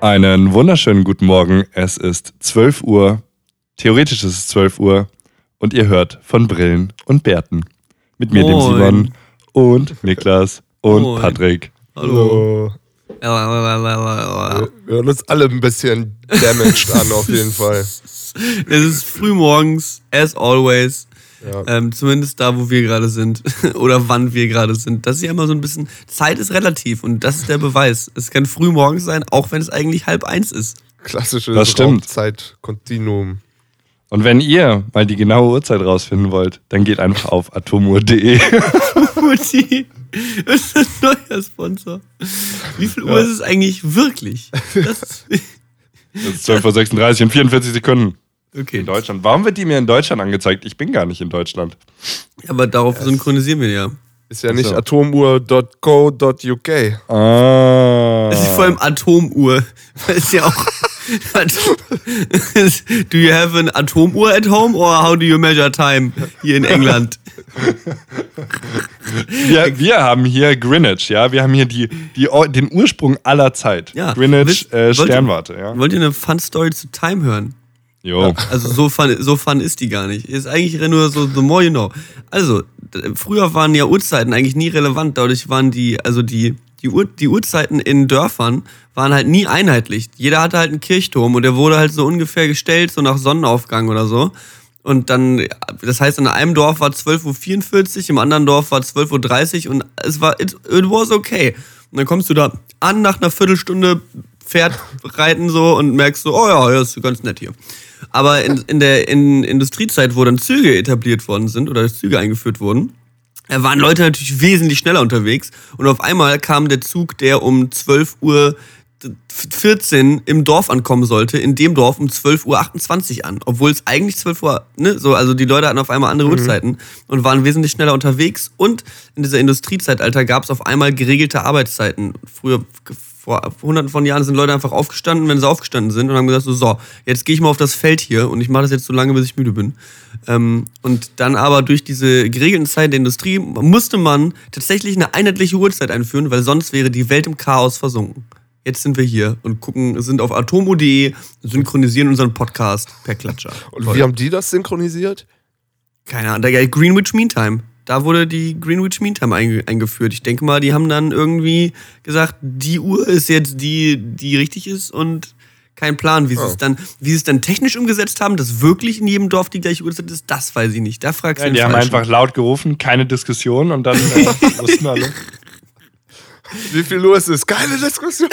Einen wunderschönen guten Morgen. Es ist 12 Uhr. Theoretisch ist es 12 Uhr. Und ihr hört von Brillen und Bärten. Mit mir, dem Simon und Niklas und Patrick. Hallo. Wir hören uns alle ein bisschen damaged an, auf jeden Fall. Es ist frühmorgens, as always. Ja. Zumindest da, wo wir gerade sind. Oder wann wir gerade sind. Das ist ja immer so ein bisschen. Zeit ist relativ und das ist der Beweis. Es kann frühmorgens sein, auch wenn es eigentlich 12:30 ist. Klassisches Raumzeitkontinuum. Und wenn ihr mal die genaue Uhrzeit rausfinden wollt, dann geht einfach auf atomuhr.de. Mutti, das ist ein neuer Sponsor. Wie viel Uhr ist es eigentlich wirklich? Das ist 12:36 und 44 Sekunden. Okay. In Deutschland. Warum wird die mir in Deutschland angezeigt? Ich bin gar nicht in Deutschland. Aber darauf synchronisieren wir ja. Ist ja nicht atomuhr.co.uk. Ah. Es ist vor allem Atomuhr. Das ist ja auch. Do you have an Atomuhr at home or how do you measure time hier in England? Wir haben hier Greenwich, ja. Wir haben hier den Ursprung aller Zeit. Ja. Greenwich Sternwarte, ja. Wollt ihr eine Fun-Story zu Time hören? Jo. Also so fun ist die gar nicht. Ist eigentlich nur so the more you know. Also, früher waren ja Uhrzeiten eigentlich nie relevant. Dadurch waren die Uhrzeiten in Dörfern waren halt nie einheitlich. Jeder hatte halt einen Kirchturm und der wurde halt so ungefähr gestellt, so nach Sonnenaufgang oder so. Und dann, das heißt, in einem Dorf war 12:44 Uhr, im anderen Dorf war 12:30 Uhr und es war, it was okay. Und dann kommst du da an nach einer Viertelstunde Pferd reiten so und merkst so, oh ja, das ist ganz nett hier. Aber in der Industriezeit, wo dann Züge etabliert worden sind oder Züge eingeführt wurden, waren Leute natürlich wesentlich schneller unterwegs und auf einmal kam der Zug, der um 12:14 Uhr im Dorf ankommen sollte, in dem Dorf um 12:28 Uhr an, obwohl es eigentlich 12 Uhr, ne, so, also die Leute hatten auf einmal andere Uhrzeiten und waren wesentlich schneller unterwegs und in dieser Industriezeitalter gab es auf einmal geregelte Arbeitszeiten. Früher, vor hunderten von Jahren sind Leute einfach aufgestanden, wenn sie aufgestanden sind und haben gesagt so, jetzt gehe ich mal auf das Feld hier und ich mache das jetzt so lange, bis ich müde bin. Und dann aber durch diese geregelten Zeiten der Industrie musste man tatsächlich eine einheitliche Uhrzeit einführen, weil sonst wäre die Welt im Chaos versunken. Jetzt sind wir hier und sind auf atomo.de, synchronisieren unseren Podcast per Klatscher. Und wie haben die das synchronisiert? Keine Ahnung, Greenwich Mean Time. Da wurde die Greenwich Mean Time eingeführt. Ich denke mal, die haben dann irgendwie gesagt, die Uhr ist jetzt die richtig ist und kein Plan, wie sie es dann technisch umgesetzt haben, dass wirklich in jedem Dorf die gleiche Uhrzeit ist, das weiß ich nicht. Da fragst du die haben einfach laut gerufen, keine Diskussion und dann wussten alle. Wie viel Uhr ist es? Keine Diskussion.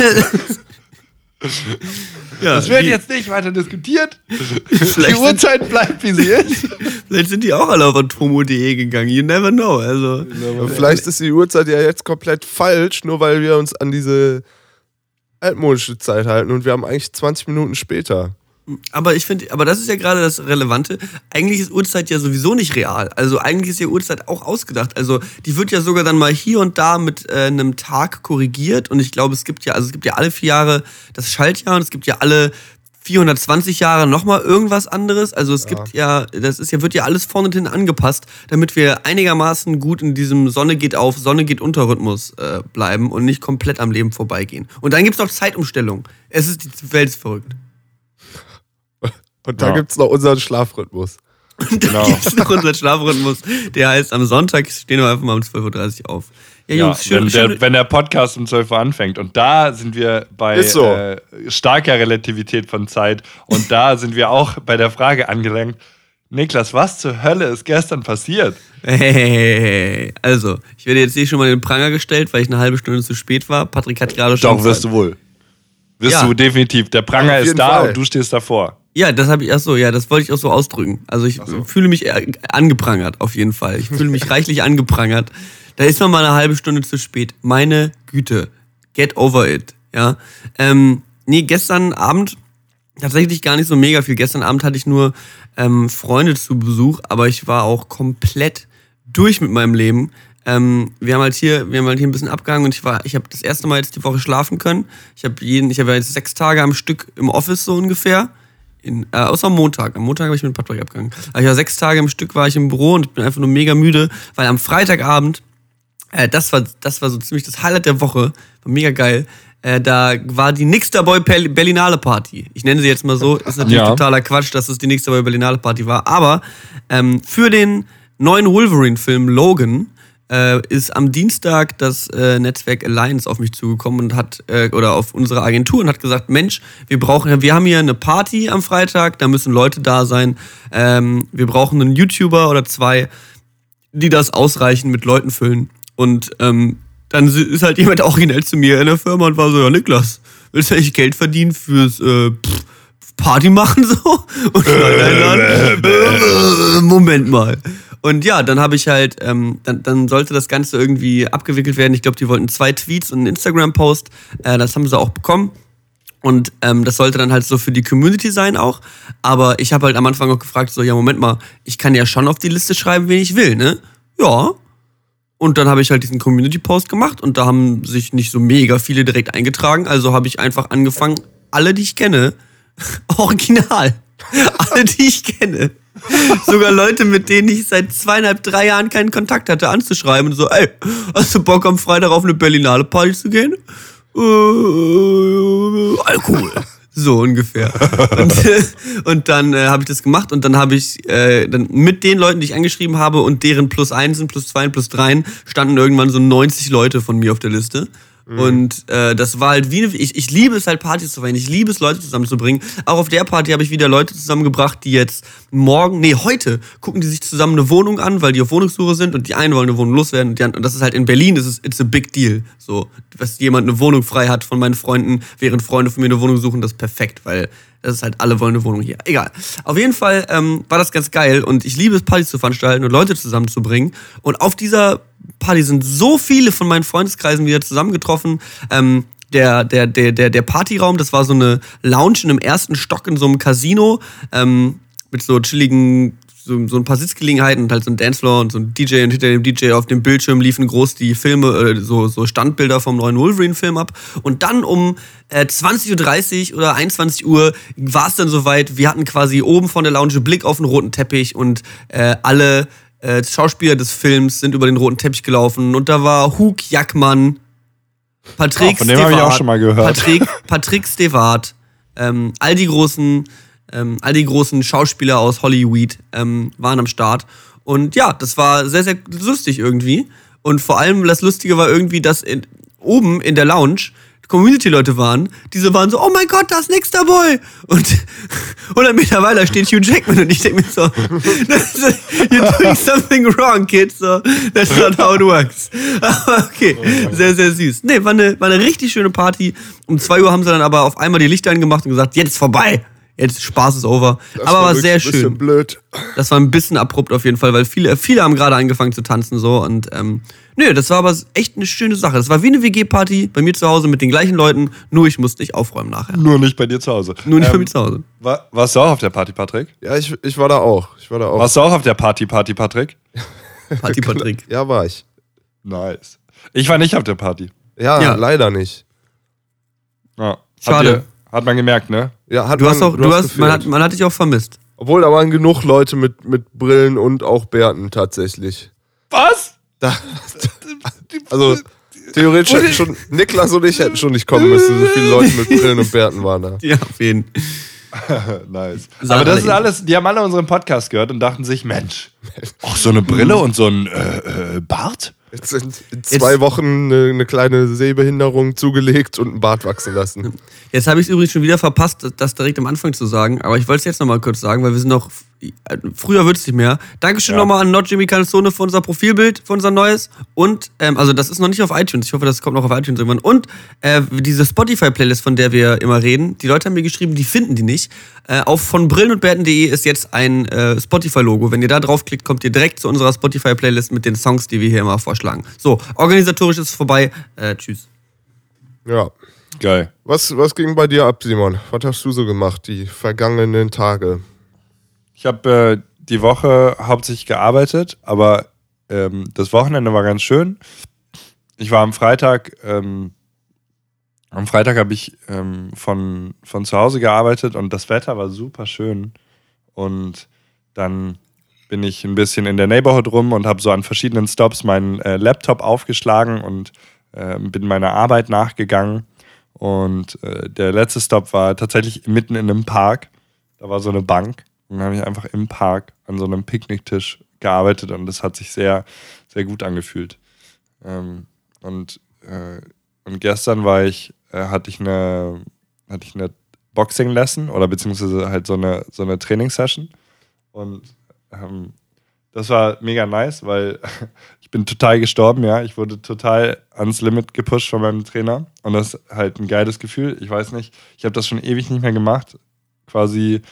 Ja, das wird jetzt nicht weiter diskutiert. Die Uhrzeit bleibt, wie sie ist. Vielleicht sind die auch alle auf atomo.de gegangen. You never know. Also, vielleicht ist die Uhrzeit ja jetzt komplett falsch, nur weil wir uns an diese altmodische Zeit halten und wir haben eigentlich 20 Minuten später. Aber das ist ja gerade das Relevante. Eigentlich ist Uhrzeit ja sowieso nicht real. Also eigentlich ist ja Uhrzeit auch ausgedacht. Also die wird ja sogar dann mal hier und da mit einem Tag korrigiert. Und ich glaube, es gibt ja alle 4 Jahre das Schaltjahr und es gibt ja alle 420 Jahre nochmal irgendwas anderes. Also es gibt wird ja alles vorne und hinten angepasst, damit wir einigermaßen gut in diesem Sonne geht auf, Sonne geht unter Rhythmus bleiben und nicht komplett am Leben vorbeigehen. Und dann gibt es noch Zeitumstellung. Die Welt ist verrückt. Und da gibt's noch unseren Schlafrhythmus. Und da gibt's noch unseren Schlafrhythmus. Der heißt, am Sonntag stehen wir einfach mal um 12:30 Uhr auf. Ja, Jungs, wenn der Podcast um 12 Uhr anfängt. Und da sind wir bei starker Relativität von Zeit. Und da sind wir auch bei der Frage angelangt, Niklas, was zur Hölle ist gestern passiert? Hey. Also, ich werde jetzt hier schon mal in den Pranger gestellt, weil ich eine halbe Stunde zu spät war. Patrick hat gerade schon... Doch, wirst du wohl. Wirst du definitiv. Der Pranger ist da Fall. Und du stehst davor. Ja, das wollte ich auch so ausdrücken. Also ich fühle mich angeprangert, auf jeden Fall. Ich fühle mich reichlich angeprangert. Da ist man mal eine halbe Stunde zu spät. Meine Güte. Get over it. Ja. Gestern Abend tatsächlich gar nicht so mega viel. Gestern Abend hatte ich nur Freunde zu Besuch, aber ich war auch komplett durch mit meinem Leben. Wir haben halt hier ein bisschen abgehangen und ich habe das erste Mal jetzt die Woche schlafen können. Ich habe jetzt 6 Tage am Stück im Office so ungefähr. Außer am Montag. Am Montag habe ich mit Patrick abgehangen. Aber ich war 6 Tage im Stück war ich im Büro und ich bin einfach nur mega müde, weil am Freitagabend, das war so ziemlich das Highlight der Woche, war mega geil. Da war die Nixterboy Berlinale Party. Ich nenne sie jetzt mal so. Ist natürlich totaler Quatsch, dass es die Nixterboy Berlinale Party war. Aber für den neuen Wolverine-Film Logan ist am Dienstag das Netzwerk Alliance auf mich zugekommen und hat, oder auf unsere Agentur und hat gesagt, Mensch, wir haben hier eine Party am Freitag, da müssen Leute da sein. Wir brauchen einen YouTuber oder 2, die das ausreichend mit Leuten füllen. Und dann ist halt jemand originell zu mir in der Firma und war so, ja Niklas, willst du eigentlich Geld verdienen fürs Party machen so? Und dann, Moment mal. Und ja, dann habe ich halt, dann sollte das Ganze irgendwie abgewickelt werden. Ich glaube, die wollten 2 Tweets und einen Instagram-Post. Das haben sie auch bekommen. Und das sollte dann halt so für die Community sein auch. Aber ich habe halt am Anfang auch gefragt, so, ja, Moment mal, ich kann ja schon auf die Liste schreiben, wen ich will, ne? Ja. Und dann habe ich halt diesen Community-Post gemacht und da haben sich nicht so mega viele direkt eingetragen. Also habe ich einfach angefangen, alle, die ich kenne, original, alle, die ich kenne, sogar Leute, mit denen ich seit 2,5, 3 Jahren keinen Kontakt hatte, anzuschreiben und so, ey, hast du Bock am Freitag auf eine Berlinale Party zu gehen? Alkohol. So ungefähr. Und dann habe ich das gemacht und dann habe ich dann mit den Leuten, die ich angeschrieben habe und deren +1, +2, +3 standen irgendwann so 90 Leute von mir auf der Liste. Und das war halt wie ich liebe es halt, Partys zu feiern. Ich liebe es, Leute zusammenzubringen. Auch auf der Party habe ich wieder Leute zusammengebracht, die jetzt heute gucken die sich zusammen eine Wohnung an, weil die auf Wohnungssuche sind und die einen wollen eine Wohnung loswerden und das ist halt in Berlin, it's a big deal. So, dass jemand eine Wohnung frei hat von meinen Freunden, während Freunde von mir eine Wohnung suchen, das ist perfekt, weil das ist halt, alle wollen eine Wohnung hier. Egal. Auf jeden Fall war das ganz geil und ich liebe es, Partys zu veranstalten und Leute zusammenzubringen. Und auf dieser Party sind so viele von meinen Freundeskreisen wieder zusammengetroffen. Der Partyraum, das war so eine Lounge in einem 1. Stock in so einem Casino mit so chilligen, so ein paar Sitzgelegenheiten und halt so ein Dancefloor und so ein DJ und hinter dem DJ auf dem Bildschirm liefen groß die Filme, so Standbilder vom neuen Wolverine-Film ab. Und dann um 20.30 Uhr oder 21 Uhr war es dann soweit, wir hatten quasi oben von der Lounge Blick auf den roten Teppich und alle Schauspieler des Films sind über den roten Teppich gelaufen und da war Hugh Jackman, Patrick von dem habe ich auch schon mal gehört. Patrick Stewart, all die großen Schauspieler aus Hollywood waren am Start. Und ja, das war sehr, sehr lustig irgendwie. Und vor allem das Lustige war irgendwie, dass oben in der Lounge Community-Leute waren, diese waren so, oh mein Gott, da ist Nixterboy! Und 100 Meter weiter steht Hugh Jackman und ich denke mir so, you're doing something wrong, kid. So, that's not how it works. Aber okay, sehr, sehr süß. Nee, war eine richtig schöne Party. Um 2 Uhr haben sie dann aber auf einmal die Lichter angemacht und gesagt, jetzt ist vorbei. Jetzt Spaß ist over. Das aber war sehr schön. Bisschen blöd. Das war ein bisschen abrupt auf jeden Fall, weil viele haben gerade angefangen zu tanzen so und das war aber echt eine schöne Sache. Das war wie eine WG-Party bei mir zu Hause mit den gleichen Leuten, nur ich musste nicht aufräumen nachher. Nur nicht bei dir zu Hause. Nur nicht bei mir zu Hause. Warst du auch auf der Party, Patrick? Ja, ich war da auch. Warst du auch auf der Party, Patrick? Party, Patrick. Ja, war ich. Nice. Ich war nicht auf der Party. Ja. Leider nicht. Ja. Schade. Hat man gemerkt, ne? Ja, man hat dich auch vermisst. Obwohl, da waren genug Leute mit Brillen und auch Bärten tatsächlich. Was? Also, theoretisch hätten schon, Niklas und ich hätten schon nicht kommen müssen. So viele Leute mit Brillen und Bärten waren da. Ja, auf jeden Fall. Nice. Aber das ist alles, die haben alle unseren Podcast gehört und dachten sich, Mensch, auch so eine Brille und so ein Bart? Jetzt sind in 2 Wochen eine kleine Sehbehinderung zugelegt und einen Bart wachsen lassen. Jetzt habe ich es übrigens schon wieder verpasst, das direkt am Anfang zu sagen, aber ich wollte es jetzt nochmal kurz sagen, weil wir sind noch, früher wird es nicht mehr. Dankeschön nochmal an Not Jimmy Calzone für unser Profilbild, für unser neues und, also das ist noch nicht auf iTunes, ich hoffe, das kommt noch auf iTunes irgendwann und diese Spotify-Playlist, von der wir immer reden, die Leute haben mir geschrieben, die finden die nicht. Auf von brillenundbärten.de ist jetzt ein Spotify-Logo. Wenn ihr da draufklickt, kommt ihr direkt zu unserer Spotify-Playlist mit den Songs, die wir hier immer vorschlagen. So, organisatorisch ist es vorbei. Tschüss. Ja. Geil. Was ging bei dir ab, Simon? Was hast du so gemacht die vergangenen Tage? Ich habe die Woche hauptsächlich gearbeitet, aber das Wochenende war ganz schön. Ich war am Freitag habe ich von zu Hause gearbeitet und das Wetter war super schön. Und dann bin ich ein bisschen in der Neighborhood rum und habe so an verschiedenen Stops meinen Laptop aufgeschlagen und bin meiner Arbeit nachgegangen. Und der letzte Stop war tatsächlich mitten in einem Park. Da war so eine Bank. Und dann habe ich einfach im Park an so einem Picknicktisch gearbeitet und das hat sich sehr, sehr gut angefühlt. Und gestern hatte ich eine Boxing-Lesson oder beziehungsweise halt so eine Trainingssession. Und das war mega nice, weil ich bin total gestorben, ja. Ich wurde total ans Limit gepusht von meinem Trainer. Und das ist halt ein geiles Gefühl. Ich weiß nicht, ich habe das schon ewig nicht mehr gemacht. Quasi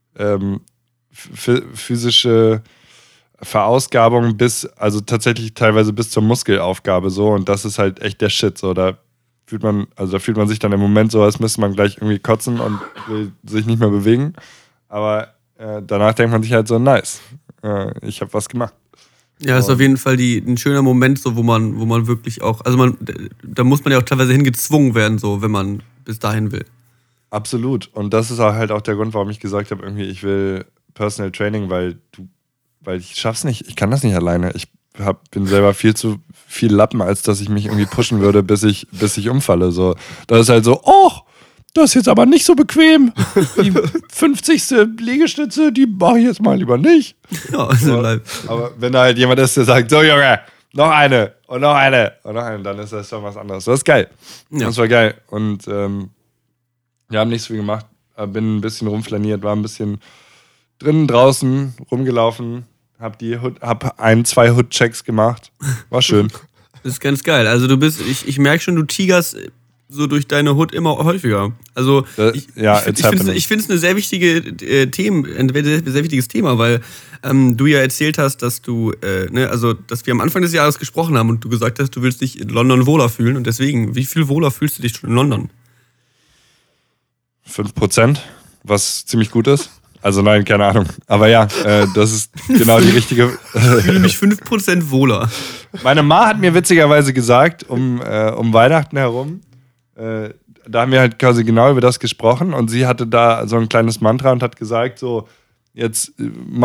physische Verausgabung also tatsächlich teilweise bis zur Muskelaufgabe so. Und das ist halt echt der Shit. So, da fühlt man sich dann im Moment so, als müsste man gleich irgendwie kotzen und will sich nicht mehr bewegen. Aber danach denkt man sich halt so, nice. Ich habe was gemacht. Ja, ist auf jeden Fall ein schöner Moment, so, wo man wirklich auch, also da muss man ja auch teilweise hingezwungen werden, so, wenn man bis dahin will. Absolut. Und das ist halt auch der Grund, warum ich gesagt habe, irgendwie, ich will Personal Training, weil ich schaff's nicht, ich kann das nicht alleine. Ich bin selber viel zu viel Lappen, als dass ich mich irgendwie pushen würde, bis ich umfalle. So, da ist halt so, oh, das ist jetzt aber nicht so bequem. Die 50. Liegestütze, die mache ich jetzt mal lieber nicht. Ja, also aber wenn da halt jemand ist, der sagt, so Junge, noch eine und noch eine und noch eine, dann ist das schon was anderes. Das ist geil. Ja. Das war geil. Und wir haben nicht so viel gemacht. Bin ein bisschen rumflaniert, war ein bisschen drinnen, draußen rumgelaufen, hab 2 Hood-Checks gemacht. War schön. Das ist ganz geil. Also ich merke schon, du tigerst so durch deine Hood immer häufiger. Also ich finde es ein sehr wichtiges Thema, weil du ja erzählt hast, dass du, dass wir am Anfang des Jahres gesprochen haben und du gesagt hast, du willst dich in London wohler fühlen und deswegen, wie viel wohler fühlst du dich schon in London? 5%, was ziemlich gut ist. Also nein, keine Ahnung. Aber ja, das ist genau die richtige... Ich fühle mich 5% wohler. Meine Ma hat mir witzigerweise gesagt, um Weihnachten herum, da haben wir halt quasi genau über das gesprochen und sie hatte da so ein kleines Mantra und hat gesagt, so, jetzt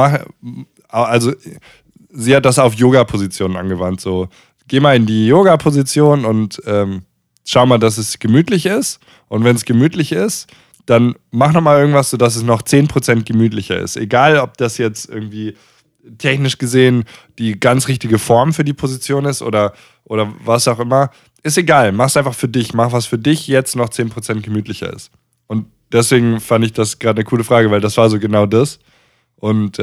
sie hat das auf Yoga-Positionen angewandt, so, geh mal in die Yoga-Position und schau mal, dass es gemütlich ist und wenn es gemütlich ist, dann mach nochmal irgendwas, sodass es noch 10% gemütlicher ist. Egal, ob das jetzt irgendwie technisch gesehen die ganz richtige Form für die Position ist oder was auch immer. Ist egal, mach's einfach für dich. Mach, was für dich jetzt noch 10% gemütlicher ist. Und deswegen fand ich das gerade eine coole Frage, weil das war so genau das. Und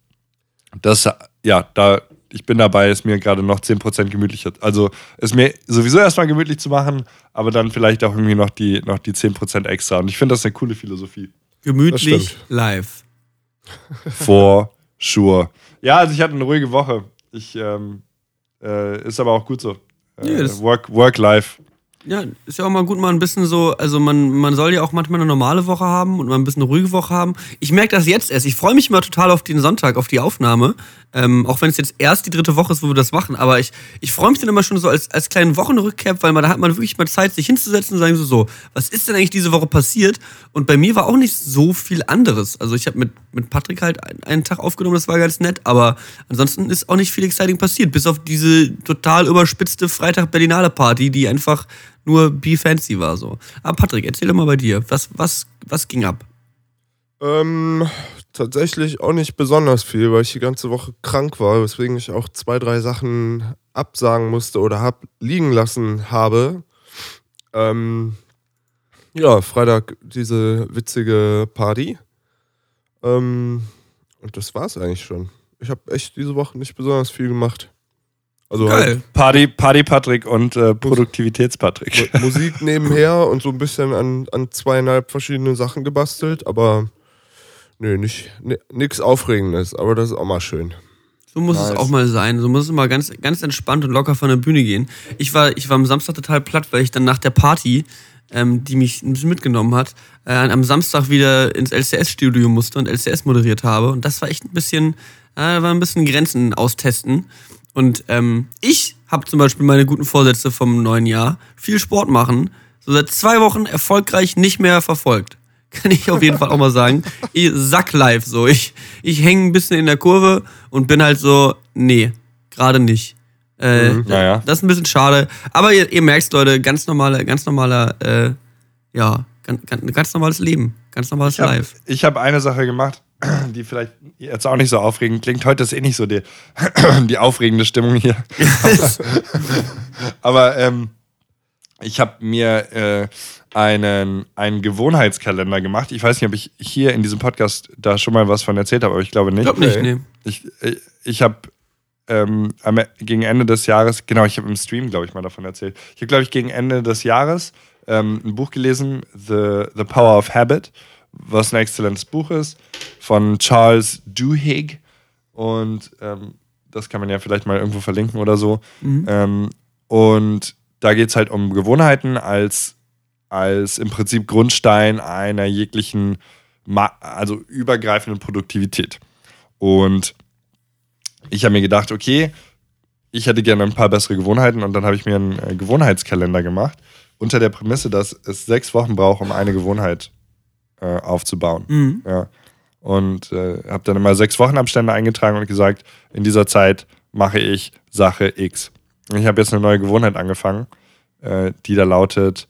ich bin dabei, es mir gerade noch 10% gemütlicher. Also es mir sowieso erstmal gemütlich zu machen, aber dann vielleicht auch irgendwie noch die 10% extra. Und ich finde das eine coole Philosophie. Gemütlich live. For sure. Ja, also ich hatte eine ruhige Woche. Ist aber auch gut so. Work-Life. Ja, ist ja auch mal gut, mal ein bisschen so, also man soll ja auch manchmal eine normale Woche haben und mal ein bisschen eine ruhige Woche haben. Ich merke das jetzt erst. Ich freue mich immer total auf den Sonntag, auf die Aufnahme. Auch wenn es jetzt erst die 3. Woche ist, wo wir das machen. Aber ich freue mich dann immer schon so als kleinen Wochenrückcap, weil da hat man wirklich mal Zeit, sich hinzusetzen und sagen so, was ist denn eigentlich diese Woche passiert? Und bei mir war auch nicht so viel anderes. Also ich habe mit Patrick halt einen Tag aufgenommen, das war ganz nett. Aber ansonsten ist auch nicht viel exciting passiert. Bis auf diese total überspitzte Freitag-Berlinale-Party, die einfach nur be fancy war so. Aber Patrick, erzähl doch mal bei dir. Was ging ab? Tatsächlich auch nicht besonders viel, weil ich die ganze Woche krank war, weswegen ich auch 2, 3 Sachen absagen musste oder liegen lassen habe. Freitag diese witzige Party. Und das war's eigentlich schon. Ich habe echt diese Woche nicht besonders viel gemacht. Also geil. Halt Party Patrick und Produktivitäts-Patrick. Musik nebenher und so ein bisschen an 2,5 verschiedene Sachen gebastelt, aber nichts Aufregendes, aber das ist auch mal schön. So muss es auch mal sein. So muss es mal ganz, ganz entspannt und locker von der Bühne gehen. Ich war am Samstag total platt, weil ich dann nach der Party, die mich ein bisschen mitgenommen hat, am Samstag wieder ins LCS-Studio musste und LCS moderiert habe. Und das war echt ein bisschen Grenzen austesten. Und ich habe zum Beispiel meine guten Vorsätze vom neuen Jahr, viel Sport machen, so seit 2 Wochen erfolgreich nicht mehr verfolgt. Kann ich auf jeden Fall auch mal sagen. Ich sack live so. Ich hänge ein bisschen in der Kurve und bin halt so, nee, gerade nicht. Das ist ein bisschen schade. Aber ihr merkt, Leute, ganz normaler ja, ganz normales Leben, ganz normales Life. Ich habe eine Sache gemacht, die vielleicht jetzt auch nicht so aufregend klingt. Heute ist nicht so die aufregende Stimmung hier. Aber ich habe mir einen Gewohnheitskalender gemacht. Ich weiß nicht, ob ich hier in diesem Podcast da schon mal was von erzählt habe, aber ich glaube nicht. Ich glaube nicht, nee. Ich habe gegen Ende des Jahres, genau, ich habe im Stream, glaube ich, mal davon erzählt. Ich habe, glaube ich, gegen Ende des Jahres ein Buch gelesen, The Power of Habit, was ein exzellentes Buch ist, von Charles Duhigg. Und das kann man ja vielleicht mal irgendwo verlinken oder so. Und da geht es halt um Gewohnheiten als im Prinzip Grundstein einer jeglichen, also übergreifenden Produktivität. Und ich habe mir gedacht, okay, ich hätte gerne ein paar bessere Gewohnheiten und dann habe ich mir einen Gewohnheitskalender gemacht, unter der Prämisse, dass es 6 Wochen braucht, um eine Gewohnheit aufzubauen. Ja. Und habe dann immer 6 Wochenabstände eingetragen und gesagt, in dieser Zeit mache ich Sache X. Und ich habe jetzt eine neue Gewohnheit angefangen, die da lautet,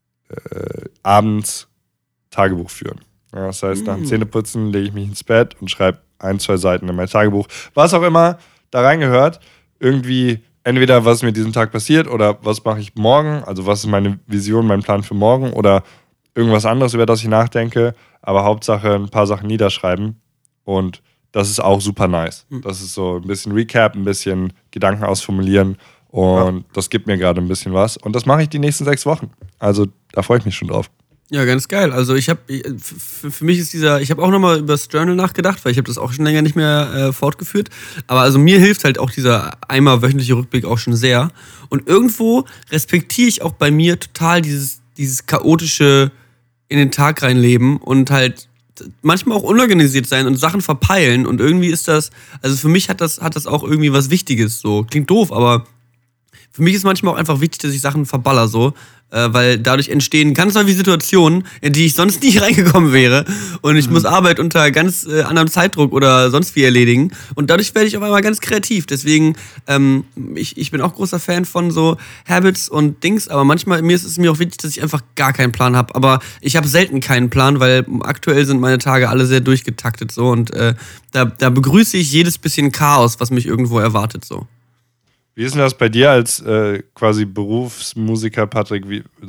abends Tagebuch führen. Ja, das heißt, nach dem Zähneputzen lege ich mich ins Bett und schreibe 1-2 Seiten in mein Tagebuch. Was auch immer da reingehört, irgendwie entweder was mir diesen Tag passiert oder was mache ich morgen, also was ist meine Vision, mein Plan für morgen oder irgendwas anderes, über das ich nachdenke, aber Hauptsache ein paar Sachen niederschreiben und das ist auch super nice. Das ist so ein bisschen Recap, ein bisschen Gedanken ausformulieren und das gibt mir gerade ein bisschen was und das mache ich die nächsten 6 Wochen. Also da freue ich mich schon drauf. Ja, ganz geil. Also für mich ist ich habe auch nochmal über das Journal nachgedacht, weil ich habe das auch schon länger nicht mehr fortgeführt. Aber also mir hilft halt auch dieser einmal wöchentliche Rückblick auch schon sehr. Und irgendwo respektiere ich auch bei mir total dieses chaotische in den Tag reinleben und halt manchmal auch unorganisiert sein und Sachen verpeilen. Und irgendwie ist das, also für mich hat das auch irgendwie was Wichtiges. So, klingt doof, aber für mich ist manchmal auch einfach wichtig, dass ich Sachen verballer so, weil dadurch entstehen ganz neue Situationen, in die ich sonst nicht reingekommen wäre und ich muss Arbeit unter ganz anderem Zeitdruck oder sonst wie erledigen und dadurch werde ich auf einmal ganz kreativ. Deswegen, ich bin auch großer Fan von so Habits und Dings, aber manchmal ist es mir auch wichtig, dass ich einfach gar keinen Plan habe. Aber ich habe selten keinen Plan, weil aktuell sind meine Tage alle sehr durchgetaktet so und da begrüße ich jedes bisschen Chaos, was mich irgendwo erwartet so. Wie ist denn das bei dir als quasi Berufsmusiker, Patrick?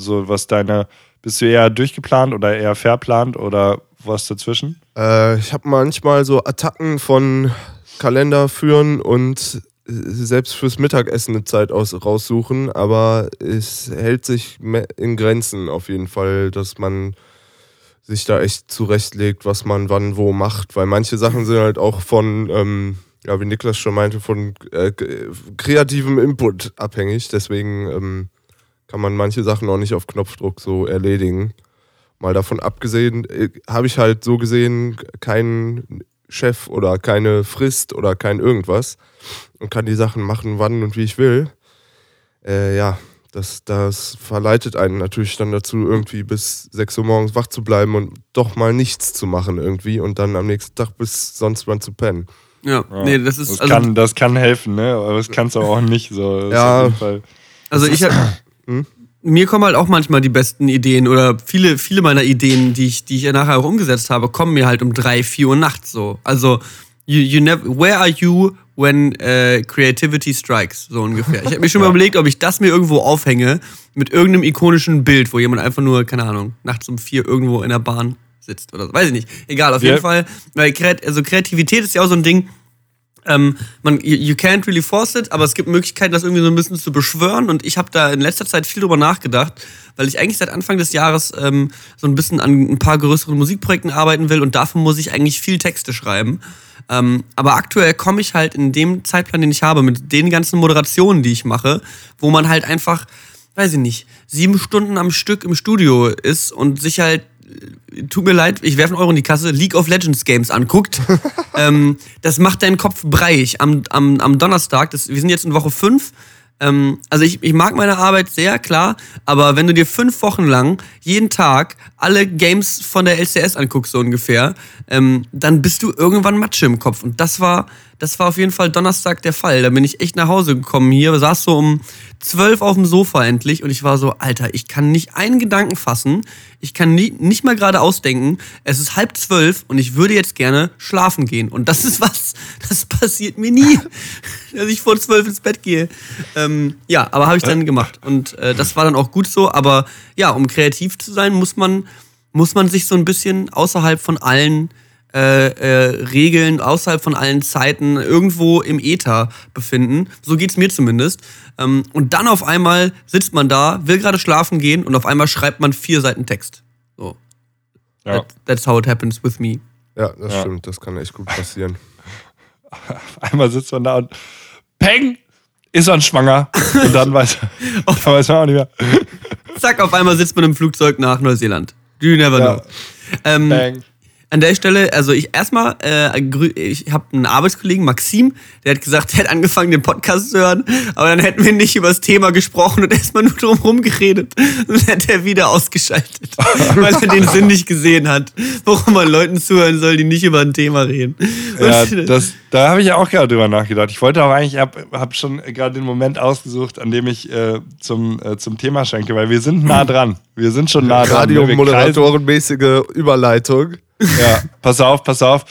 Bist du eher durchgeplant oder eher verplant oder was dazwischen? Ich habe manchmal so Attacken von Kalender führen und selbst fürs Mittagessen eine Zeit raussuchen, aber es hält sich in Grenzen auf jeden Fall, dass man sich da echt zurechtlegt, was man wann wo macht, weil manche Sachen sind halt auch von wie Niklas schon meinte, von kreativem Input abhängig. Deswegen kann man manche Sachen auch nicht auf Knopfdruck so erledigen. Mal davon abgesehen, habe ich halt so gesehen keinen Chef oder keine Frist oder kein irgendwas und kann die Sachen machen, wann und wie ich will. Das verleitet einen natürlich dann dazu, irgendwie bis 6 Uhr morgens wach zu bleiben und doch mal nichts zu machen irgendwie und dann am nächsten Tag bis sonst wann zu pennen. Ja, nee, das ist. Das kann helfen, ne? Aber das kannst du auch nicht so. Ja. Also mir kommen halt auch manchmal die besten Ideen oder viele meiner Ideen, die ich ja nachher auch umgesetzt habe, kommen mir halt um 3, 4 Uhr nachts so. Also, where are you when creativity strikes? So ungefähr. Ich habe mir schon mal überlegt, ob ich das mir irgendwo aufhänge mit irgendeinem ikonischen Bild, wo jemand einfach nur, keine Ahnung, nachts um 4 irgendwo in der Bahn sitzt oder so. Weiß ich nicht. Egal, auf jeden Fall. Weil Kreativität ist ja auch so ein Ding, you can't really force it, aber es gibt Möglichkeiten, das irgendwie so ein bisschen zu beschwören und ich habe da in letzter Zeit viel drüber nachgedacht, weil ich eigentlich seit Anfang des Jahres so ein bisschen an ein paar größeren Musikprojekten arbeiten will und dafür muss ich eigentlich viel Texte schreiben. Aber aktuell komme ich halt in dem Zeitplan, den ich habe, mit den ganzen Moderationen, die ich mache, wo man halt einfach, weiß ich nicht, 7 Stunden am Stück im Studio ist und sich halt, tut mir leid, ich werfe einen Euro in die Kasse, League of Legends Games anguckt. Das macht deinen Kopf breiig. Am Donnerstag, wir sind jetzt in Woche 5. Also ich mag meine Arbeit sehr, klar, aber wenn du dir 5 Wochen lang jeden Tag alle Games von der LCS anguckst, so ungefähr, dann bist du irgendwann Matsche im Kopf. Und das war das war auf jeden Fall Donnerstag der Fall. Da bin ich echt nach Hause gekommen hier, saß so um 12 auf dem Sofa endlich und ich war so, Alter, ich kann nicht einen Gedanken fassen, ich kann nicht mal gerade ausdenken, es ist 11:30 und ich würde jetzt gerne schlafen gehen. Und das ist was, das passiert mir nie, dass ich vor 12 ins Bett gehe. Ja, aber habe ich dann gemacht und das war dann auch gut so, aber ja, um kreativ zu sein, muss man sich so ein bisschen außerhalb von allen Regeln, außerhalb von allen Zeiten irgendwo im Äther befinden. So geht's mir zumindest. Und dann auf einmal sitzt man da, will gerade schlafen gehen und auf einmal schreibt man 4 Seiten Text. So. Ja. That's how it happens with me. Ja, das stimmt. Das kann echt gut passieren. Einmal sitzt man da und Peng! Ist man schwanger. Und dann weiß man auch nicht mehr. Zack, auf einmal sitzt man im Flugzeug nach Neuseeland. Do you never know. Bang. An der Stelle, also ich habe einen Arbeitskollegen, Maxim, der hat gesagt, der hat angefangen, den Podcast zu hören, aber dann hätten wir nicht über das Thema gesprochen und erstmal nur drum rumgeredet. Und dann hat er wieder ausgeschaltet, weil er den Sinn nicht gesehen hat, warum man Leuten zuhören soll, die nicht über ein Thema reden. Ja, da habe ich ja auch gerade drüber nachgedacht. Ich wollte auch eigentlich, habe schon gerade den Moment ausgesucht, an dem ich zum Thema schenke, weil wir sind nah dran. Wir sind schon nah dran. Radio-Moderatorenmäßige Überleitung. Ja, pass auf.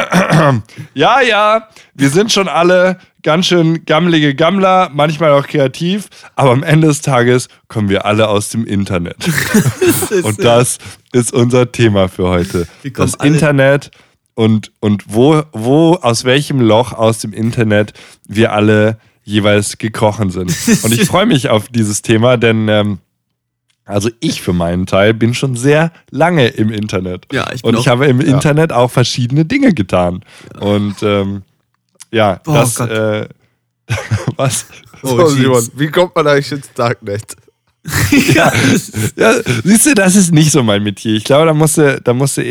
Ja, wir sind schon alle ganz schön gammelige Gammler, manchmal auch kreativ, aber am Ende des Tages kommen wir alle aus dem Internet. Und das ist unser Thema für heute. Das Internet und wo aus welchem Loch aus dem Internet wir alle jeweils gekrochen sind. Und ich freue mich auf dieses Thema, denn also ich für meinen Teil bin schon sehr lange im Internet. Ja, ich habe im Internet auch verschiedene Dinge getan. Ja. Und was? So, Simon, wie kommt man eigentlich ins Darknet? ja, siehst du, das ist nicht so mein Metier. Ich glaube, da musste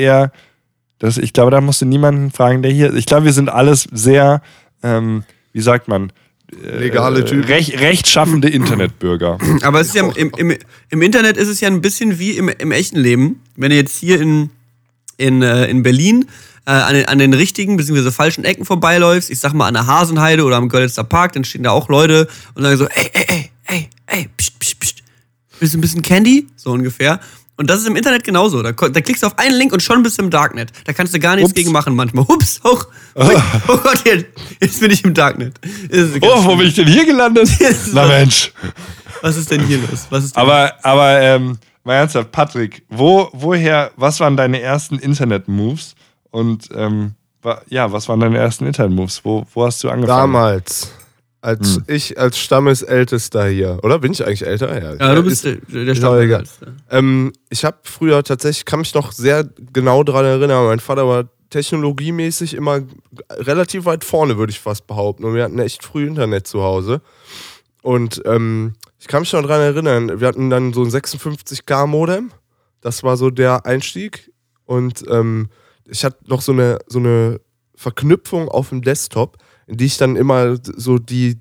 niemanden fragen, der hier ist. Ich glaube, wir sind alles sehr, wie sagt man, legale Typen. Rechtschaffende Internetbürger. Aber es ist ja im Internet ist es ja ein bisschen wie im echten Leben. Wenn du jetzt hier in Berlin an den richtigen bzw. falschen Ecken vorbeiläufst, ich sag mal an der Hasenheide oder am Görlitzer Park, dann stehen da auch Leute und sagen so, ey, pst, willst du ein bisschen Candy? So ungefähr. Und das ist im Internet genauso. Da klickst du auf einen Link und schon bist du im Darknet. Da kannst du gar nichts gegen machen manchmal. Hups, oh Gott, jetzt bin ich im Darknet. Wo bin ich denn hier gelandet? Na Mensch. Was ist denn hier los? Aber mal ernsthaft, Patrick, was waren deine ersten Internet-Moves? Und was waren deine ersten Internet-Moves? Wo hast du angefangen? Damals. Ich als Stammesältester hier. Oder bin ich eigentlich älter? Ja, du bist der Stammesälteste. Ich habe früher tatsächlich, kann mich noch sehr genau daran erinnern, mein Vater war technologiemäßig immer relativ weit vorne, würde ich fast behaupten. Und wir hatten echt früh Internet zu Hause. Und ich kann mich noch daran erinnern, wir hatten dann so ein 56K-Modem. Das war so der Einstieg. Und ich hatte noch so eine Verknüpfung auf dem Desktop, in die ich dann immer so die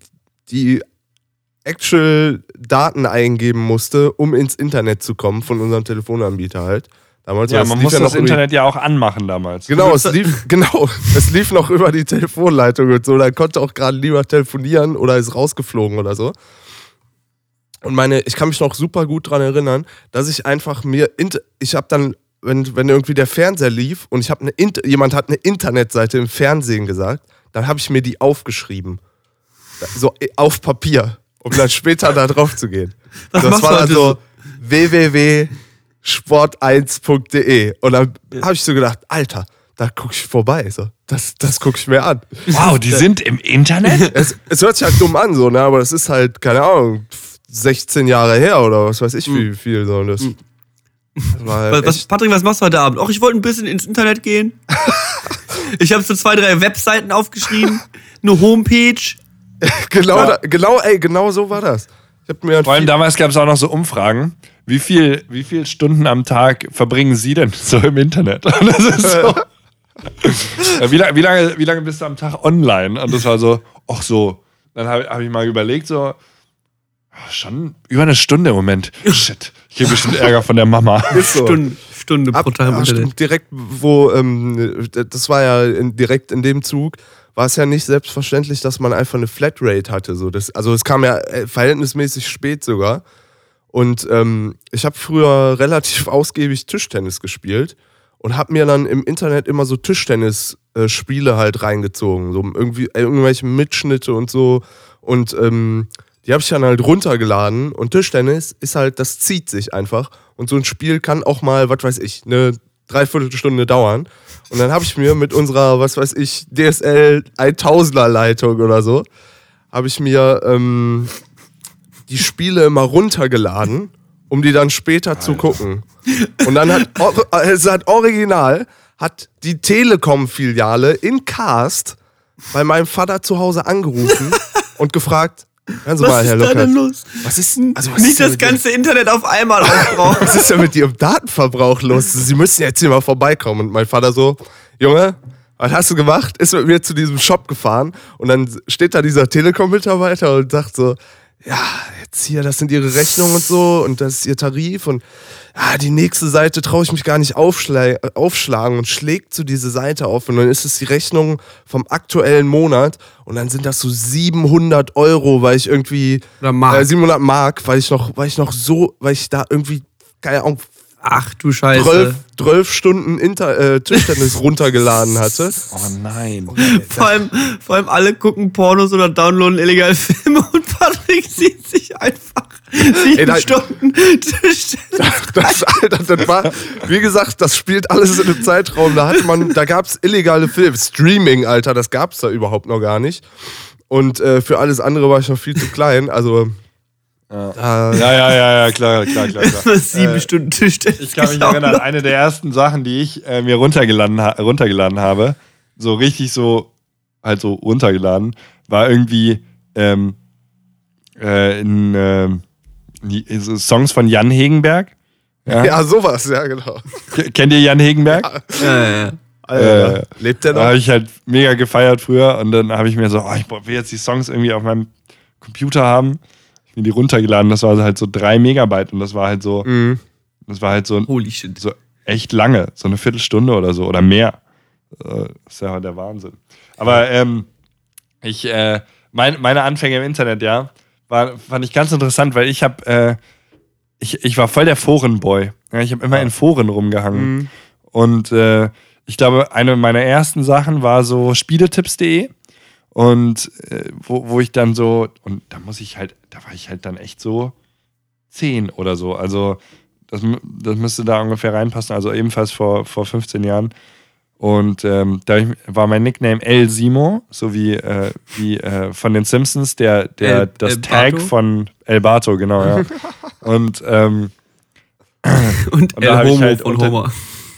actual Daten eingeben musste, um ins Internet zu kommen von unserem Telefonanbieter halt. Damals man musste das Internet ja auch anmachen damals. Genau, es lief noch über die Telefonleitung und so. Da konnte auch gerade lieber telefonieren oder ist rausgeflogen oder so. Und ich kann mich noch super gut daran erinnern, dass ich einfach ich habe dann, wenn irgendwie der Fernseher lief und jemand hat eine Internetseite im Fernsehen gesagt, dann habe ich mir die aufgeschrieben. So auf Papier, um dann später da drauf zu gehen. Das war dann so www.sport1.de. Und dann habe ich so gedacht, Alter, da gucke ich vorbei. So. Das gucke ich mir an. Wow, die sind im Internet? Es hört sich halt dumm an, so, ne? Aber das ist halt, keine Ahnung, 16 Jahre her oder was weiß ich wie viel. So. Das war halt Patrick, was machst du heute Abend? Ich wollte ein bisschen ins Internet gehen. Ich habe so 2, 3 Webseiten aufgeschrieben, eine Homepage. Genau so war das. Vor allem damals gab es auch noch so Umfragen. Wie viel Stunden am Tag verbringen Sie denn so im Internet? Und das ist so. Wie lange bist du am Tag online? Und das war so, Dann hab ich mal überlegt, so, schon über eine Stunde im Moment. Shit, ich kriege bestimmt Ärger von der Mama. Stunde Stunde pro Tag im Internet. Direkt, das war ja direkt in dem Zug, war es ja nicht selbstverständlich, dass man einfach eine Flatrate hatte. Also es kam ja verhältnismäßig spät sogar. Und ich habe früher relativ ausgiebig Tischtennis gespielt und habe mir dann im Internet immer so Tischtennis-Spiele halt reingezogen. So irgendwelche Mitschnitte und so. Und die habe ich dann halt runtergeladen. Und Tischtennis ist halt, das zieht sich einfach. Und so ein Spiel kann auch mal, was weiß ich, eine Dreiviertelstunde dauern. Und dann habe ich mir mit unserer, was weiß ich, DSL 1000er Leitung oder so, habe ich mir die Spiele immer runtergeladen, um die dann später zu gucken. Und dann hat die Telekom-Filiale in Cast bei meinem Vater zu Hause angerufen und gefragt, hören Sie mal, Herr Was ist da denn Lockert, los? was ist Nicht das ganze Internet auf einmal aufbrauchen. was ist denn mit Ihrem Datenverbrauch los? Sie müssen jetzt hier mal vorbeikommen. Und mein Vater so, Junge, was hast du gemacht? Ist mit mir zu diesem Shop gefahren und dann steht da dieser Telekom-Mitarbeiter und sagt so, ja, jetzt hier, das sind Ihre Rechnungen und so und das ist Ihr Tarif und ja, die nächste Seite traue ich mich gar nicht aufschlagen und schlägt so diese Seite auf und dann ist es die Rechnung vom aktuellen Monat und dann sind das so 700 Euro, weil ich irgendwie 700 Mark, weil ich da irgendwie, keine Ahnung, Ach du Scheiße. 12 Stunden Tischtennis runtergeladen hatte. Oh nein. Vor allem alle gucken Pornos oder downloaden illegale Filme und Patrick sieht sich einfach 7 Stunden Tischtennis. Das war, wie gesagt, das spielt alles in einem Zeitraum. Da gab es illegale Filme. Streaming, Alter, das gab es da überhaupt noch gar nicht. Und für alles andere war ich noch viel zu klein. Also Ja, klar. 7 Stunden Tischtennis. Ich kann mich erinnern, eine der ersten Sachen, die ich mir runtergeladen habe, so richtig so, halt so runtergeladen, war irgendwie Songs von Jan Hegenberg. Ja, sowas, ja, genau. Kennt ihr Jan Hegenberg? Ja. Alter, lebt der noch? Da habe ich halt mega gefeiert früher und dann habe ich mir so, ich will jetzt die Songs irgendwie auf meinem Computer haben. Ich mir die runtergeladen, das war halt so 3 Megabyte und das war halt so, Holy shit. so echt lange, so eine Viertelstunde oder so oder mehr. Das ist ja der Wahnsinn. Aber meine Anfänge im Internet, ja, fand ich ganz interessant, weil ich war voll der Forenboy. Ja, ich habe immer in Foren rumgehangen. Und ich glaube, eine meiner ersten Sachen war so spieletipps.de. Und wo ich dann so, und da war ich halt dann echt so 10 oder so. Also das müsste da ungefähr reinpassen, also ebenfalls vor 15 Jahren. Und da war mein Nickname El Simo, so wie von den Simpsons, das Tag Bato? von El Bato, genau, ja. Und Und da El habe ich Homo halt von Homer.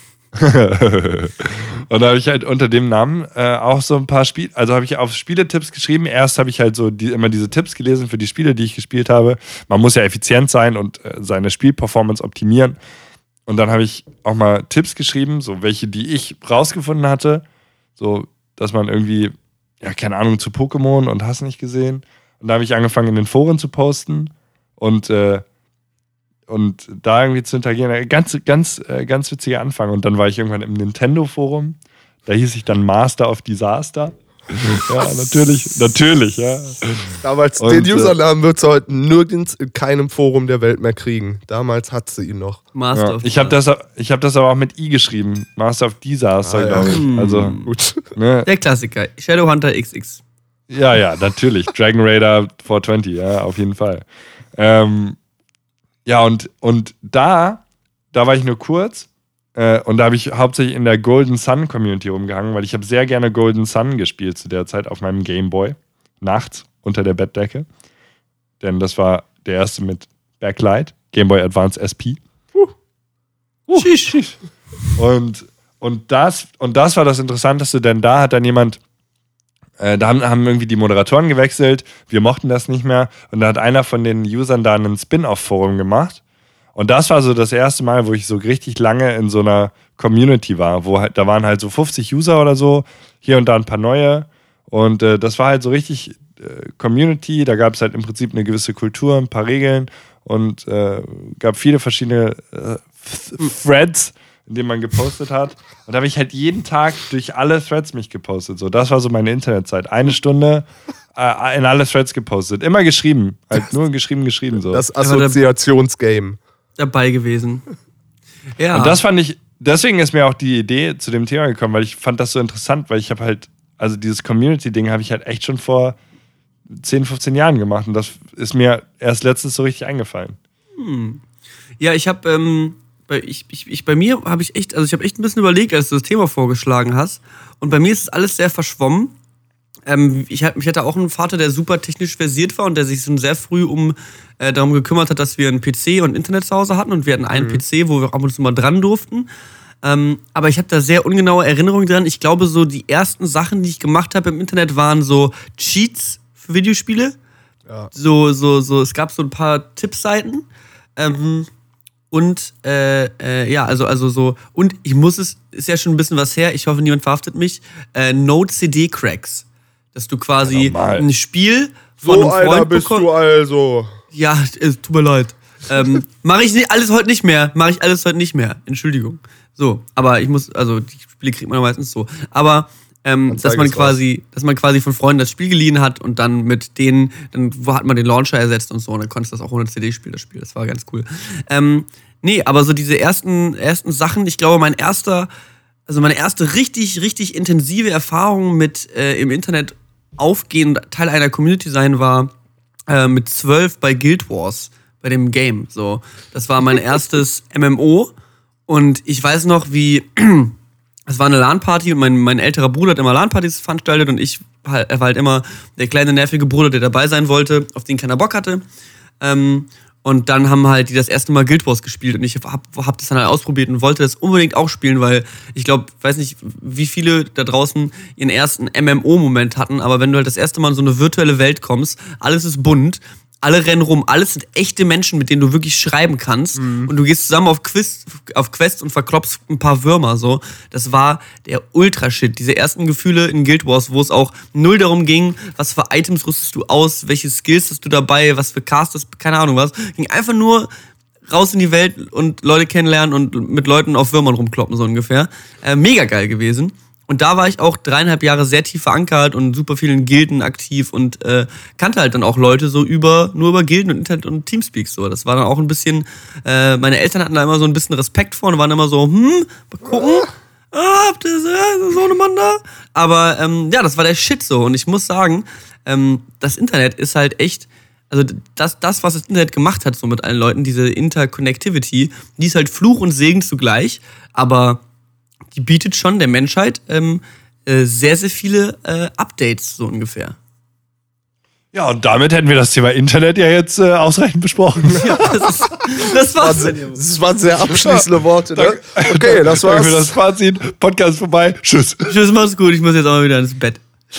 Und da habe ich halt unter dem Namen auch so ein paar also habe ich auf Spieletipps geschrieben. Erst habe ich halt so immer diese Tipps gelesen für die Spiele, die ich gespielt habe. Man muss ja effizient sein und seine Spielperformance optimieren. Und dann habe ich auch mal Tipps geschrieben, so welche, die ich rausgefunden hatte. So, dass man irgendwie, ja, keine Ahnung, zu Pokémon und hast nicht gesehen. Und da habe ich angefangen, in den Foren zu posten und da irgendwie zu interagieren. Ganz witziger Anfang. Und dann war ich irgendwann im Nintendo-Forum. Da hieß ich dann Master of Disaster. Ja, natürlich, ja. Damals, den Usernamen wird es heute nirgends in keinem Forum der Welt mehr kriegen. Damals hat sie ihn noch. Master of ich habe das aber auch mit I geschrieben. Master of Disaster, glaube ich. Also, gut. Der Klassiker. Shadowhunter XX. Ja, natürlich. Dragon Raider 420, ja, auf jeden Fall. Ja, und da war ich nur kurz und da habe ich hauptsächlich in der Golden Sun Community rumgehangen, weil ich habe sehr gerne Golden Sun gespielt zu der Zeit auf meinem Game Boy. Nachts unter der Bettdecke. Denn das war der erste mit Backlight. Game Boy Advance SP. Und das war das Interessanteste, denn da hat dann jemand da haben irgendwie die Moderatoren gewechselt, wir mochten das nicht mehr und da hat einer von den Usern da einen Spin-off-Forum gemacht und das war so das erste Mal, wo ich so richtig lange in so einer Community war, da waren halt so 50 User oder so, hier und da ein paar neue und das war halt so richtig Community, da gab es halt im Prinzip eine gewisse Kultur, ein paar Regeln und gab viele verschiedene Threads, in dem man gepostet hat. Und da habe ich halt jeden Tag durch alle Threads mich gepostet. So, das war so meine Internetzeit. 1 Stunde in alle Threads gepostet. Immer geschrieben. Halt nur geschrieben so. Das Assoziationsgame. Dabei gewesen. Ja. Und das fand ich, deswegen ist mir auch die Idee zu dem Thema gekommen, weil ich fand das so interessant, weil ich habe halt, also dieses Community-Ding habe ich halt echt schon vor 10, 15 Jahren gemacht und das ist mir erst letztens so richtig eingefallen. Ja, ich habe bei mir habe ich echt ein bisschen überlegt, als du das Thema vorgeschlagen hast. Und bei mir ist es alles sehr verschwommen. Ich hatte auch einen Vater, der super technisch versiert war und der sich schon sehr früh darum gekümmert hat, dass wir einen PC und Internet zu Hause hatten. Und wir hatten einen PC, wo wir ab und zu mal dran durften. Aber ich habe da sehr ungenaue Erinnerungen dran. Ich glaube, so die ersten Sachen, die ich gemacht habe im Internet, waren so Cheats für Videospiele. Ja. Es gab so ein paar Tippseiten. Und ist ja schon ein bisschen was her, ich hoffe, niemand verhaftet mich, Node-CD-Cracks. Dass du quasi ein Spiel von so einem Freund einer bist du also. Ja, tut mir leid. Mache ich alles heute nicht mehr. Entschuldigung. So, aber die Spiele kriegt man ja meistens so. Aber dass man quasi von Freunden das Spiel geliehen hat und dann mit denen, dann hat man den Launcher ersetzt und so, und dann konntest du das auch ohne CD spielen, das Spiel. Das war ganz cool. Aber so diese ersten Sachen, ich glaube, meine erste richtig, richtig intensive Erfahrung mit im Internet aufgehen, Teil einer Community sein, war mit 12 bei Guild Wars, bei dem Game. So, das war mein erstes MMO und ich weiß noch, wie es war eine LAN-Party und mein älterer Bruder hat immer LAN-Partys veranstaltet und ich war halt immer der kleine nervige Bruder, der dabei sein wollte, auf den keiner Bock hatte. Und dann haben halt die das erste Mal Guild Wars gespielt und ich hab das dann halt ausprobiert und wollte das unbedingt auch spielen, weil ich glaube, weiß nicht, wie viele da draußen ihren ersten MMO-Moment hatten, aber wenn du halt das erste Mal in so eine virtuelle Welt kommst, alles ist bunt, alle rennen rum, alles sind echte Menschen, mit denen du wirklich schreiben kannst und du gehst zusammen auf Quests und verklopfst ein paar Würmer, so. Das war der Ultra-Shit, diese ersten Gefühle in Guild Wars, wo es auch null darum ging, was für Items rüstest du aus, welche Skills hast du dabei, was für Casters, keine Ahnung was. Ging einfach nur raus in die Welt und Leute kennenlernen und mit Leuten auf Würmern rumkloppen, so ungefähr. Mega geil gewesen. Und da war ich auch 3,5 Jahre sehr tief verankert und super vielen Gilden aktiv und kannte halt dann auch Leute so nur über Gilden und Internet und Teamspeak so. Das war dann auch ein bisschen, meine Eltern hatten da immer so ein bisschen Respekt vor und waren immer so, mal gucken, habt ihr so eine Mann da? Aber das war der Shit so. Und ich muss sagen, das Internet ist halt echt, also das, was das Internet gemacht hat so mit allen Leuten, diese Interconnectivity, die ist halt Fluch und Segen zugleich, aber die bietet schon der Menschheit sehr, sehr viele Updates, so ungefähr. Ja, und damit hätten wir das Thema Internet ja jetzt ausreichend besprochen. Ja, das war's. Das waren sehr abschließende Worte, ne? Okay, das war's. Danke für das Fazit. Podcast vorbei. Tschüss. Tschüss, mach's gut. Ich muss jetzt auch mal wieder ins Bett.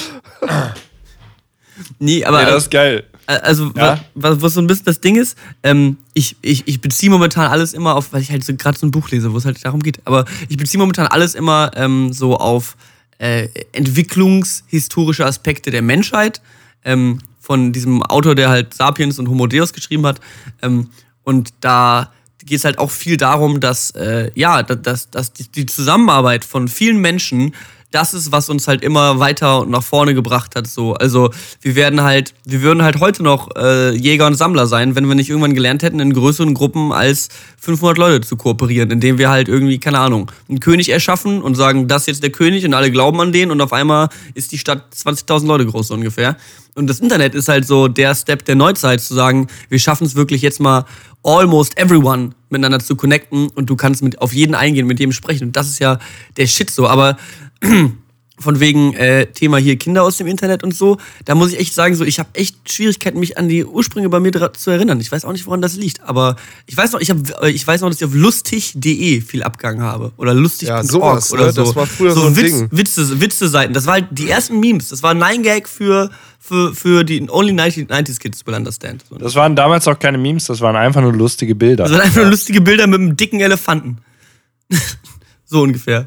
Nee, aber... Ja, das ist geil. Also, ja? was so ein bisschen das Ding ist, ich beziehe momentan alles immer auf, weil ich halt so gerade so ein Buch lese, wo es halt darum geht, aber ich beziehe momentan alles immer so auf entwicklungshistorische Aspekte der Menschheit, von diesem Autor, der halt Sapiens und Homo Deus geschrieben hat. Und da geht es halt auch viel darum, dass die Zusammenarbeit von vielen Menschen, das ist, was uns halt immer weiter und nach vorne gebracht hat. So. Also wir würden halt heute noch Jäger und Sammler sein, wenn wir nicht irgendwann gelernt hätten, in größeren Gruppen als 500 Leute zu kooperieren, indem wir halt irgendwie, keine Ahnung, einen König erschaffen und sagen, das ist jetzt der König und alle glauben an den und auf einmal ist die Stadt 20.000 Leute groß so ungefähr. Und das Internet ist halt so der Step der Neuzeit, zu sagen, wir schaffen es wirklich jetzt mal almost everyone miteinander zu connecten und du kannst auf jeden eingehen, mit dem sprechen. Und das ist ja der Shit so. Aber von wegen Thema hier Kinder aus dem Internet und so, da muss ich echt sagen, so ich habe echt Schwierigkeiten, mich an die Ursprünge bei mir zu erinnern. Ich weiß auch nicht, woran das liegt, aber ich weiß noch, dass ich auf lustig.de viel abgegangen habe oder lustig.org ja, sowas, oder ne? so. Das war früher so ein Ding. Witze-Seiten. Das war halt die ersten Memes. Das war ein 9-Gag für die Only 90s Kids will understand. So. Das waren damals auch keine Memes, das waren einfach nur lustige Bilder. Das waren einfach nur lustige Bilder mit einem dicken Elefanten. So ungefähr.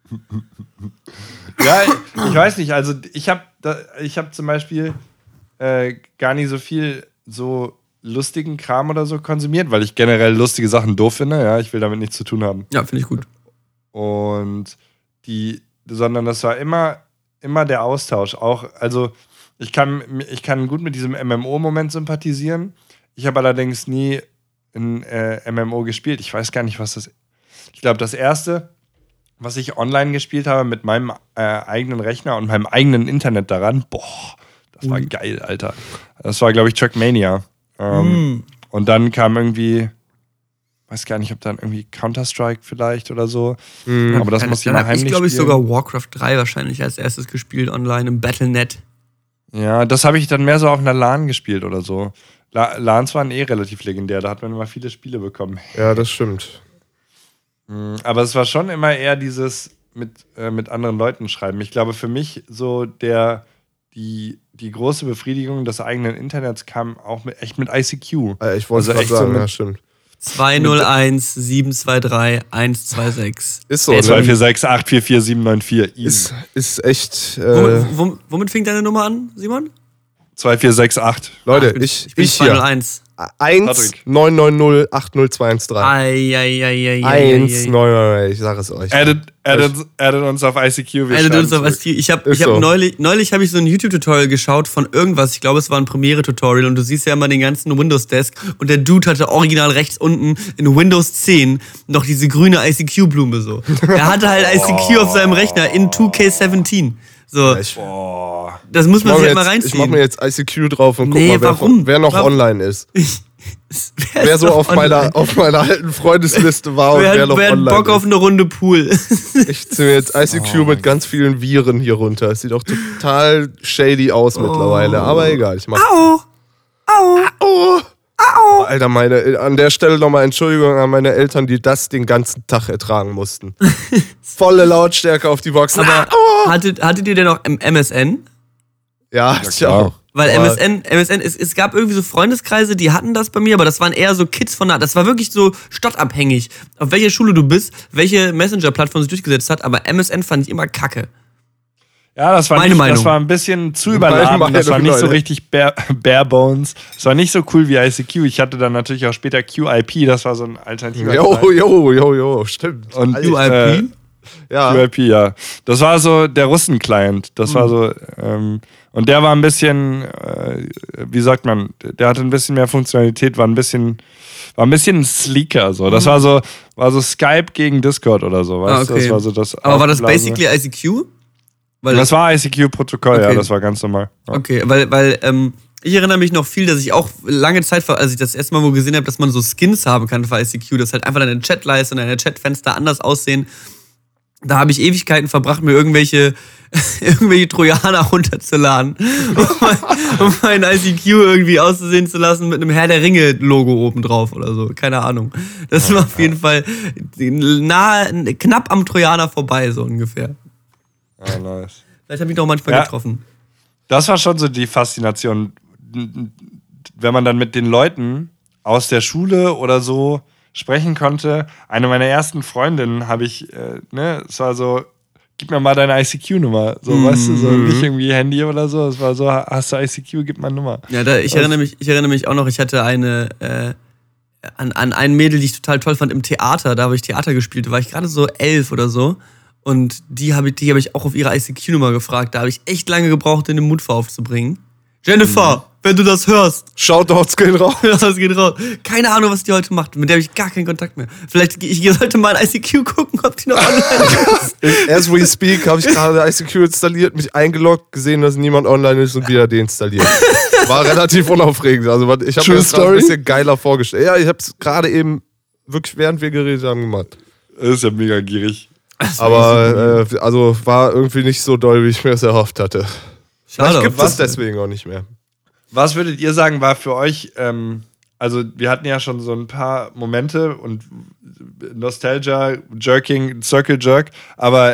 Ja, ich weiß nicht, also ich hab zum Beispiel gar nicht so viel so lustigen Kram oder so konsumiert, weil ich generell lustige Sachen doof finde, ja, ich will damit nichts zu tun haben. Ja, finde ich gut. sondern das war immer der Austausch. Auch, also ich kann gut mit diesem MMO-Moment sympathisieren. Ich habe allerdings nie ein MMO gespielt. Ich weiß gar nicht, was das ist. Ich glaube, das erste, was ich online gespielt habe mit meinem eigenen Rechner und meinem eigenen Internet daran, das war geil, Alter. Das war, glaube ich, Trackmania. Und dann kam irgendwie, weiß gar nicht, ob dann irgendwie Counter-Strike vielleicht oder so. Aber das muss ich mal heimlich spielen. Ich glaube, sogar Warcraft 3 wahrscheinlich als erstes gespielt online im Battle.net. Ja, das habe ich dann mehr so auf einer LAN gespielt oder so. LANs waren relativ legendär, da hat man immer viele Spiele bekommen. Ja, das stimmt. Aber es war schon immer eher dieses mit anderen Leuten schreiben. Ich glaube, für mich so die große Befriedigung des eigenen Internets kam auch echt mit ICQ. Ich wollte echt sagen, so ja, stimmt. 201 723 126. Ist so. 246 844 794. Ist echt. Womit fängt deine Nummer an, Simon? 2468. Leute, ich bin ich hier. 201. 1990 80213. 1990, ich sag es euch. Addet uns auf ICQ. Addet uns auf ICQ. Ich hab neulich habe ich so ein YouTube-Tutorial geschaut von irgendwas. Ich glaube, es war ein Premiere-Tutorial und du siehst ja immer den ganzen Windows-Desk und der Dude hatte original rechts unten in Windows 10 noch diese grüne ICQ-Blume so. Er hatte halt ICQ auf seinem Rechner in 2K17. So. Das muss man sich halt mal reinziehen. Ich mach mir jetzt ICQ drauf und guck mal, wer noch online ist. Wer so auf meiner alten Freundesliste war und wer noch online ist. Wer hat Bock auf eine Runde Pool? Ich zieh mir jetzt ICQ mit ganz vielen Viren hier runter. Es sieht auch total shady aus mittlerweile, aber egal, ich mach's. Au! Alter, an der Stelle nochmal Entschuldigung an meine Eltern, die das den ganzen Tag ertragen mussten. Volle Lautstärke auf die Box. Aber hattet ihr denn noch MSN? Ja, hatte ich auch. Weil MSN, es gab irgendwie so Freundeskreise, die hatten das bei mir, aber das waren eher so Kids von das war wirklich so stadtabhängig. Auf welcher Schule du bist, welche Messenger-Plattform sich durchgesetzt hat, aber MSN fand ich immer kacke. Ja, das war ein bisschen zu überladen. Das war nicht so richtig bare bones. Das war nicht so cool wie ICQ. Ich hatte dann natürlich auch später QIP, das war so ein alternativer. Jo, stimmt. Und QIP? Ja. QIP, ja. Das war so der Russen-Client. Das war so, und der war ein bisschen, wie sagt man, der hatte ein bisschen mehr Funktionalität, war ein bisschen sleeker. So. Das war so Skype gegen Discord oder so, weißt du? Okay. Das war so das. Aber war das basically ICQ? Das war ICQ-Protokoll, ja, das war ganz normal. Ja. Okay, weil ich erinnere mich noch viel, dass ich auch lange Zeit, als ich das erste Mal gesehen habe, dass man so Skins haben kann für ICQ, dass halt einfach deine Chatleiste und deine Chatfenster anders aussehen. Da habe ich Ewigkeiten verbracht, mir irgendwelche Trojaner runterzuladen, um mein ICQ irgendwie auszusehen zu lassen mit einem Herr der Ringe-Logo oben drauf oder so. Keine Ahnung. Das war auf jeden Fall knapp am Trojaner vorbei, so ungefähr. Ah, nice. Vielleicht habe ich doch manchmal getroffen. Das war schon so die Faszination. Wenn man dann mit den Leuten aus der Schule oder so sprechen konnte. Eine meiner ersten Freundinnen habe ich, es war so, gib mir mal deine ICQ-Nummer. So, weißt du, so nicht irgendwie Handy oder so. Es war so, hast du ICQ, gib mal Nummer. Ja, ich erinnere mich auch noch, ich hatte an ein Mädel, die ich total toll fand im Theater. Da habe ich Theater gespielt. Da war ich gerade so 11 oder so. Und die habe ich auch auf ihre ICQ-Nummer gefragt. Da habe ich echt lange gebraucht, den Mut vor aufzubringen. Jennifer, wenn du das hörst. Shoutouts gehen raus. Keine Ahnung, was die heute macht. Mit der habe ich gar keinen Kontakt mehr. Vielleicht ich sollte mal ICQ gucken, ob die noch online ist. As we speak habe ich gerade ICQ installiert, mich eingeloggt, gesehen, dass niemand online ist und wieder deinstalliert. War relativ unaufregend. Also ich habe mir das ein bisschen geiler vorgestellt. Ja, ich habe es gerade eben wirklich, während wir geredet haben, gemacht. Das ist ja mega gierig. Aber war irgendwie nicht so doll, wie ich mir das erhofft hatte. Schade. Vielleicht gibt es deswegen auch nicht mehr. Was würdet ihr sagen, war für euch, also wir hatten ja schon so ein paar Momente und Nostalgia, Jerking, Circle Jerk, aber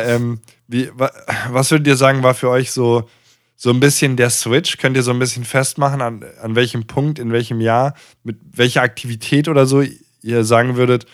was würdet ihr sagen, war für euch so ein bisschen der Switch? Könnt ihr so ein bisschen festmachen, an welchem Punkt, in welchem Jahr, mit welcher Aktivität oder so ihr sagen würdet,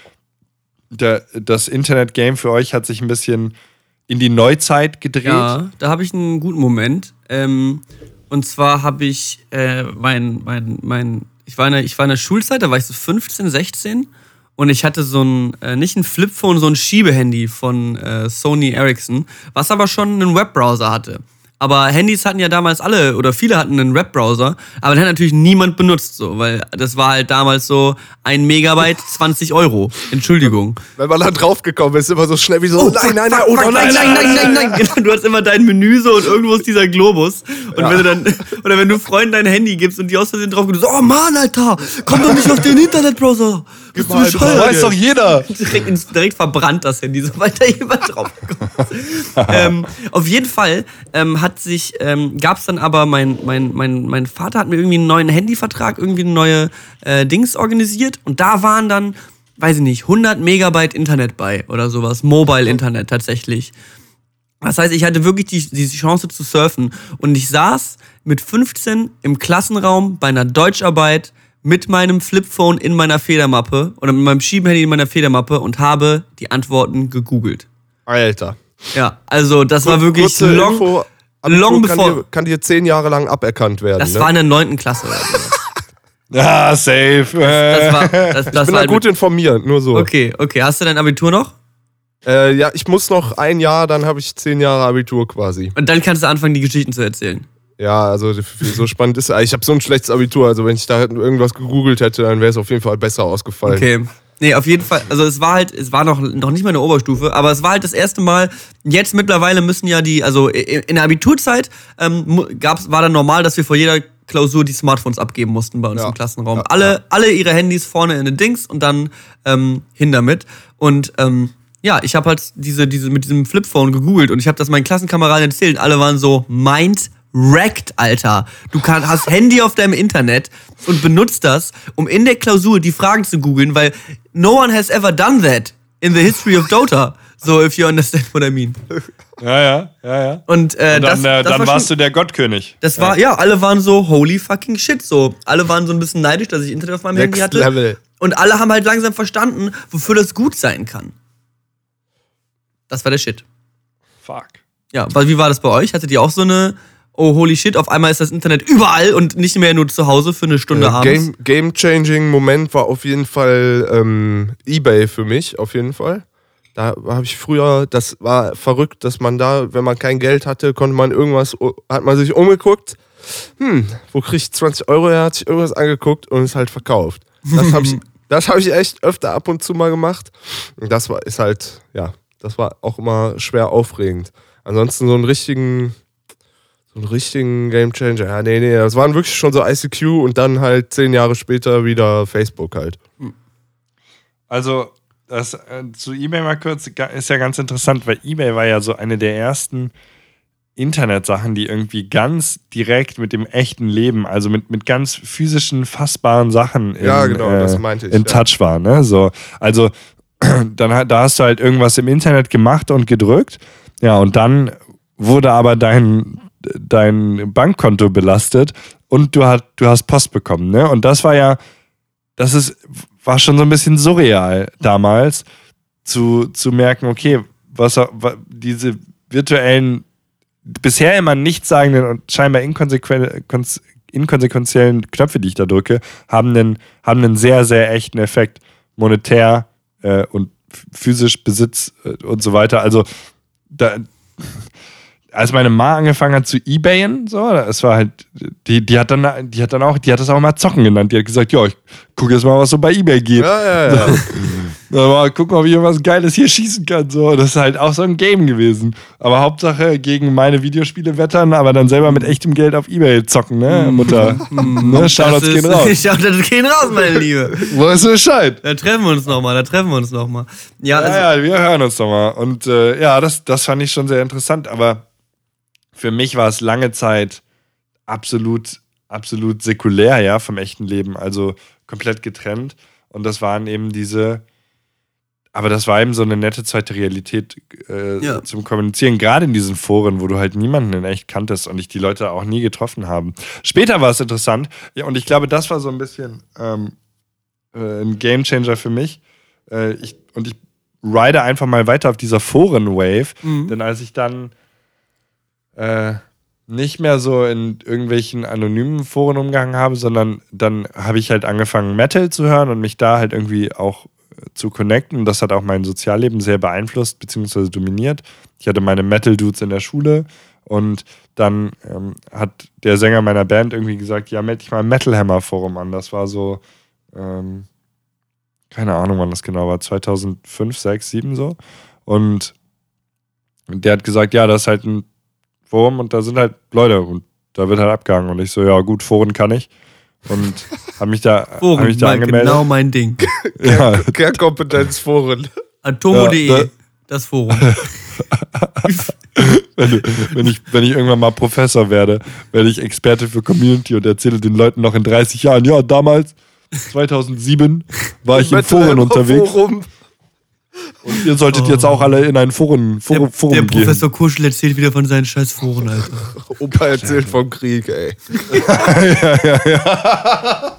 das Internet-Game für euch hat sich ein bisschen in die Neuzeit gedreht? Ja, da habe ich einen guten Moment. Und zwar habe ich ich war in der Schulzeit, da war ich so 15, 16 und ich hatte so ein, nicht ein Flipphone, so ein Schiebehandy von Sony Ericsson, was aber schon einen Webbrowser hatte. Aber Handys hatten ja damals alle, oder viele hatten einen Webbrowser, aber den hat natürlich niemand benutzt, so, weil das war halt damals so 1 Megabyte, 20 Euro. Entschuldigung. Wenn man da draufgekommen ist, immer so schnell wie so, nein. Genau, du hast immer dein Menü so und irgendwo ist dieser Globus. Und wenn du dann, oder wenn du Freunden dein Handy gibst und die aus Versehen drauf gehen, so, oh Mann, Alter, komm doch nicht auf den Internetbrowser. Gib du mal, bescheuert? das weiß doch jeder. Direkt verbrannt das Handy, sobald da jemand drauf kommt. Auf jeden Fall gab es dann aber, mein Vater hat mir irgendwie einen neuen Handyvertrag, irgendwie eine neue Dings organisiert und da waren dann, weiß ich nicht, 100 Megabyte Internet bei oder sowas, Mobile-Internet tatsächlich. Das heißt, ich hatte wirklich die Chance zu surfen und ich saß mit 15 im Klassenraum bei einer Deutscharbeit mit meinem Flipphone in meiner Federmappe oder mit meinem Schiebenhandy in meiner Federmappe und habe die Antworten gegoogelt. Alter. Ja, also das war wirklich Kurze Info, long Abitur bevor. kann dir 10 Jahre lang aberkannt werden. Das ne? war in der 9. Klasse. Oder so. Ja, safe. Das Ich bin da halt gut informiert, nur so. Okay. Hast du dein Abitur noch? Ja, ich muss noch 1 Jahr, dann habe ich 10 Jahre Abitur quasi. Und dann kannst du anfangen, die Geschichten zu erzählen. Ja, also so spannend ist es. Ich habe so ein schlechtes Abitur, also wenn ich da irgendwas gegoogelt hätte, dann wäre es auf jeden Fall besser ausgefallen. Okay. Nee, auf jeden Fall, also es war noch nicht mal eine Oberstufe, aber es war halt das erste Mal, jetzt mittlerweile müssen ja in der Abiturzeit war dann normal, dass wir vor jeder Klausur die Smartphones abgeben mussten bei uns im Klassenraum. Ja, Alle ihre Handys vorne in den Dings und dann hin damit. Und ich habe halt diese mit diesem Flipphone gegoogelt und ich habe das meinen Klassenkameraden erzählt und alle waren so, wrecked, Alter. Du hast Handy auf deinem Internet und benutzt das, um in der Klausur die Fragen zu googeln, weil no one has ever done that in the history of Dota. So, if you understand what I mean. Ja. Und dann war warst du der Gottkönig. Das war, alle waren so, holy fucking shit, so. Alle waren so ein bisschen neidisch, dass ich Internet auf meinem Handy hatte. Level. Und alle haben halt langsam verstanden, wofür das gut sein kann. Das war der Shit. Fuck. Ja, wie war das bei euch? Hattet ihr auch so eine, oh holy shit, auf einmal ist das Internet überall und nicht mehr nur zu Hause für eine Stunde abends? Game-changing Moment war auf jeden Fall eBay für mich, auf jeden Fall. Da habe ich früher, das war verrückt, dass man da, wenn man kein Geld hatte, hat man sich umgeguckt, wo krieg ich 20 Euro her, hat sich irgendwas angeguckt und es halt verkauft. Das hab ich echt öfter ab und zu mal gemacht. Und das war auch immer schwer aufregend. Ansonsten so einen richtigen Gamechanger. Ja, nee, das waren wirklich schon so ICQ und dann halt 10 Jahre später wieder Facebook halt. Also, das zu eBay mal kurz, ist ja ganz interessant, weil eBay war ja so eine der ersten Internetsachen, die irgendwie ganz direkt mit dem echten Leben, also mit ganz physischen, fassbaren Sachen das meinte ich, in Touch war. Ne? So, also, da hast du halt irgendwas im Internet gemacht und gedrückt, ja, und dann wurde aber dein Bankkonto belastet und du hast Post bekommen, ne? Und das war schon so ein bisschen surreal damals, zu merken, okay, diese virtuellen, bisher immer nichtssagenden und scheinbar inkonsequentiellen Knöpfe, die ich da drücke, haben einen sehr, sehr echten Effekt, monetär und physisch Besitz und so weiter. Also als meine Ma angefangen hat zu eBayen, so, es war halt, die hat das auch mal Zocken genannt. Die hat gesagt, ja, ich gucke jetzt mal, was so bei eBay geht. Ja. Mal gucken, ob ich irgendwas Geiles hier schießen kann. So, das ist halt auch so ein Game gewesen. Aber Hauptsache gegen meine Videospiele wettern, aber dann selber mit echtem Geld auf eBay zocken, ne, Mutter? Ne? Shoutouts gehen raus. Shoutouts gehen raus, meine Liebe. Wo ist Bescheid? Da treffen wir uns nochmal. Ja, wir hören uns nochmal. Und das fand ich schon sehr interessant, aber für mich war es lange Zeit absolut säkulär, ja, vom echten Leben, also komplett getrennt. Und das waren eben aber das war eben so eine nette zweite Realität zum Kommunizieren, gerade in diesen Foren, wo du halt niemanden in echt kanntest und dich die Leute auch nie getroffen haben. Später war es interessant, ja, und ich glaube, das war so ein bisschen ein Gamechanger für mich. Ich ride einfach mal weiter auf dieser Foren-Wave, denn als ich dann nicht mehr so in irgendwelchen anonymen Foren umgegangen habe, sondern dann habe ich halt angefangen, Metal zu hören und mich da halt irgendwie auch zu connecten. Und das hat auch mein Sozialleben sehr beeinflusst bzw. dominiert. Ich hatte meine Metal-Dudes in der Schule und dann hat der Sänger meiner Band irgendwie gesagt, ja, melde dich mal im Metal Hammer Forum an. Das war so, keine Ahnung, wann das genau war, 2005, 6, 7 so. Und der hat gesagt, ja, das ist halt ein Forum und da sind halt Leute und da wird halt abgehangen. Und ich so, ja gut, Foren kann ich. Und habe mich da, angemeldet. Genau mein Ding. Ja. Kernkompetenzforen. Atomo.de, Ja, das Forum. wenn ich irgendwann mal Professor werde ich Experte für Community und erzähle den Leuten noch in 30 Jahren, ja, damals, 2007, war ich in Foren unterwegs. Forum. Und ihr solltet jetzt auch alle in ein Forum der gehen. Professor Kuschel erzählt wieder von seinen scheiß Foren, Alter. Opa erzählt vom Krieg, ey. ja.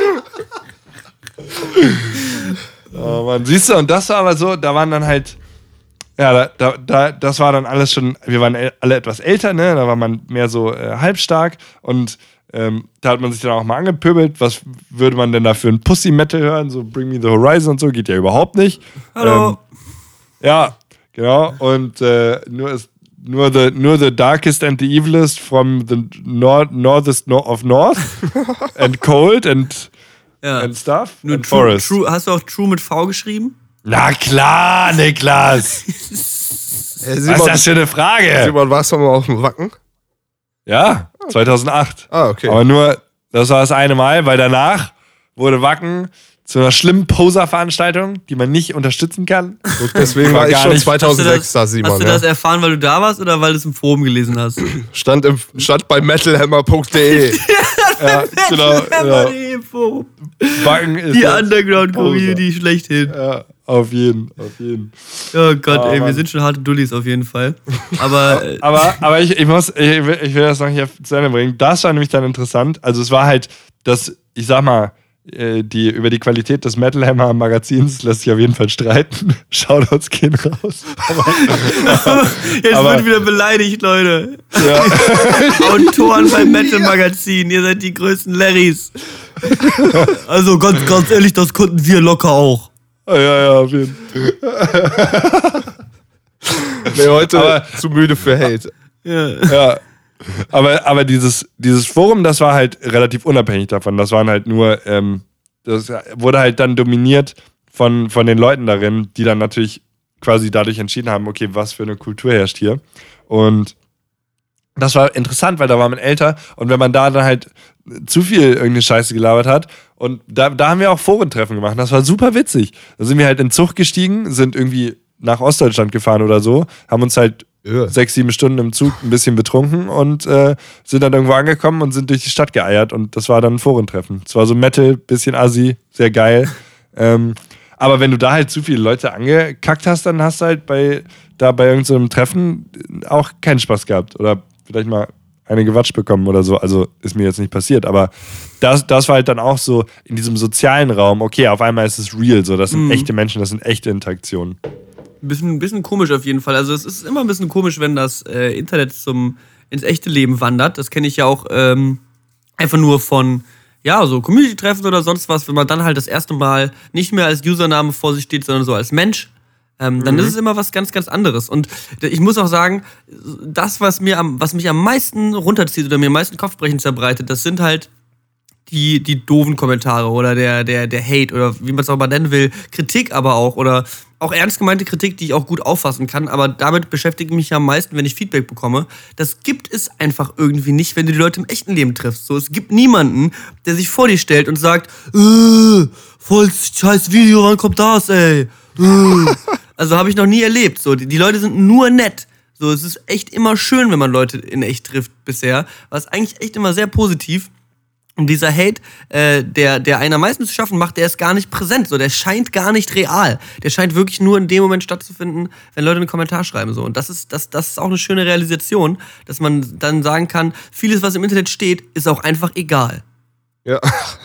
Oh Mann, siehst du, und das war aber so, da waren dann halt, ja, das war dann alles schon, wir waren alle etwas älter, ne, da war man mehr so halbstark und da hat man sich dann auch mal angepöbelt, was würde man denn da für ein Pussy-Metal hören, so Bring Me The Horizon und so, geht ja überhaupt nicht. Hallo. Ja, genau, und nur the darkest and the evilest from the northest of north and cold and stuff nur and forest. True, hast du auch True mit V geschrieben? Na klar, Niklas. Was ist das für eine Frage? Simon, warst du mal auf dem Wacken? Ja, 2008. Ah, okay. Aber nur, das war das eine Mal, weil danach wurde Wacken zu einer schlimmen Poser-Veranstaltung, die man nicht unterstützen kann. Und deswegen war ich schon 2006 da, Simon. Hast du das erfahren, weil du da warst oder weil du es im Forum gelesen hast? Stand bei metalhammer.de. Ja, genau. Wacken ist die Underground-Community schlechthin. Ja, auf jeden. Oh Gott, ey, wir sind schon harte Dullis auf jeden Fall. Aber ich will das noch hier zu Ende bringen. Das war nämlich dann interessant. Also es war halt, ich sag mal, über die Qualität des Metal Hammer Magazins lässt sich auf jeden Fall streiten. Shoutouts gehen raus. Jetzt wird wieder beleidigt, Leute. Ja. Autoren beim Metal Magazin, ihr seid die größten Larrys. Also ganz ehrlich, das konnten wir locker auch. Ja, auf jeden Fall. Nee, heute zu müde für Hate. Ja. Aber dieses Forum, das war halt relativ unabhängig davon. Das waren halt nur, das wurde halt dann dominiert von den Leuten darin, die dann natürlich quasi dadurch entschieden haben, okay, was für eine Kultur herrscht hier. Und das war interessant, weil da war man älter und wenn man da dann halt zu viel irgendeine Scheiße gelabert hat und da haben wir auch Forentreffen gemacht. Das war super witzig. Da sind wir halt in den Zug gestiegen, sind irgendwie nach Ostdeutschland gefahren oder so, haben uns halt 6-7 Stunden im Zug ein bisschen betrunken und sind dann irgendwo angekommen und sind durch die Stadt geeiert und das war dann ein Forentreffen. Es war so Metal, bisschen Assi, sehr geil. Aber wenn du da halt zu viele Leute angekackt hast, dann hast du halt bei irgendeinem Treffen auch keinen Spaß gehabt oder vielleicht mal eine gewatscht bekommen oder so. Also ist mir jetzt nicht passiert, aber das war halt dann auch so in diesem sozialen Raum, okay, auf einmal ist es real, so, das sind echte Menschen, das sind echte Interaktionen. Bisschen komisch auf jeden Fall. Also es ist immer ein bisschen komisch, wenn das Internet ins echte Leben wandert. Das kenne ich ja auch einfach nur von so Community-Treffen oder sonst was, wenn man dann halt das erste Mal nicht mehr als Username vor sich steht, sondern so als Mensch. Dann ist es immer was ganz, ganz anderes. Und ich muss auch sagen, das, was mich am meisten runterzieht oder mir am meisten Kopfbrechen zerbreitet, das sind halt die doofen Kommentare oder der Hate oder wie man es auch mal nennen will, Kritik aber auch oder auch ernst gemeinte Kritik, die ich auch gut auffassen kann, aber damit beschäftige ich mich ja am meisten, wenn ich Feedback bekomme. Das gibt es einfach irgendwie nicht, wenn du die Leute im echten Leben triffst. So, es gibt niemanden, der sich vor dir stellt und sagt, voll scheiß Video, wann kommt das, ey? Also habe ich noch nie erlebt. So, die Leute sind nur nett. So, es ist echt immer schön, wenn man Leute in echt trifft bisher. War es eigentlich echt immer sehr positiv. Und dieser Hate, der einen am meisten zu schaffen macht, der ist gar nicht präsent. So, der scheint gar nicht real. Der scheint wirklich nur in dem Moment stattzufinden, wenn Leute einen Kommentar schreiben. So. Und das ist auch eine schöne Realisation, dass man dann sagen kann, vieles, was im Internet steht, ist auch einfach egal. Ja,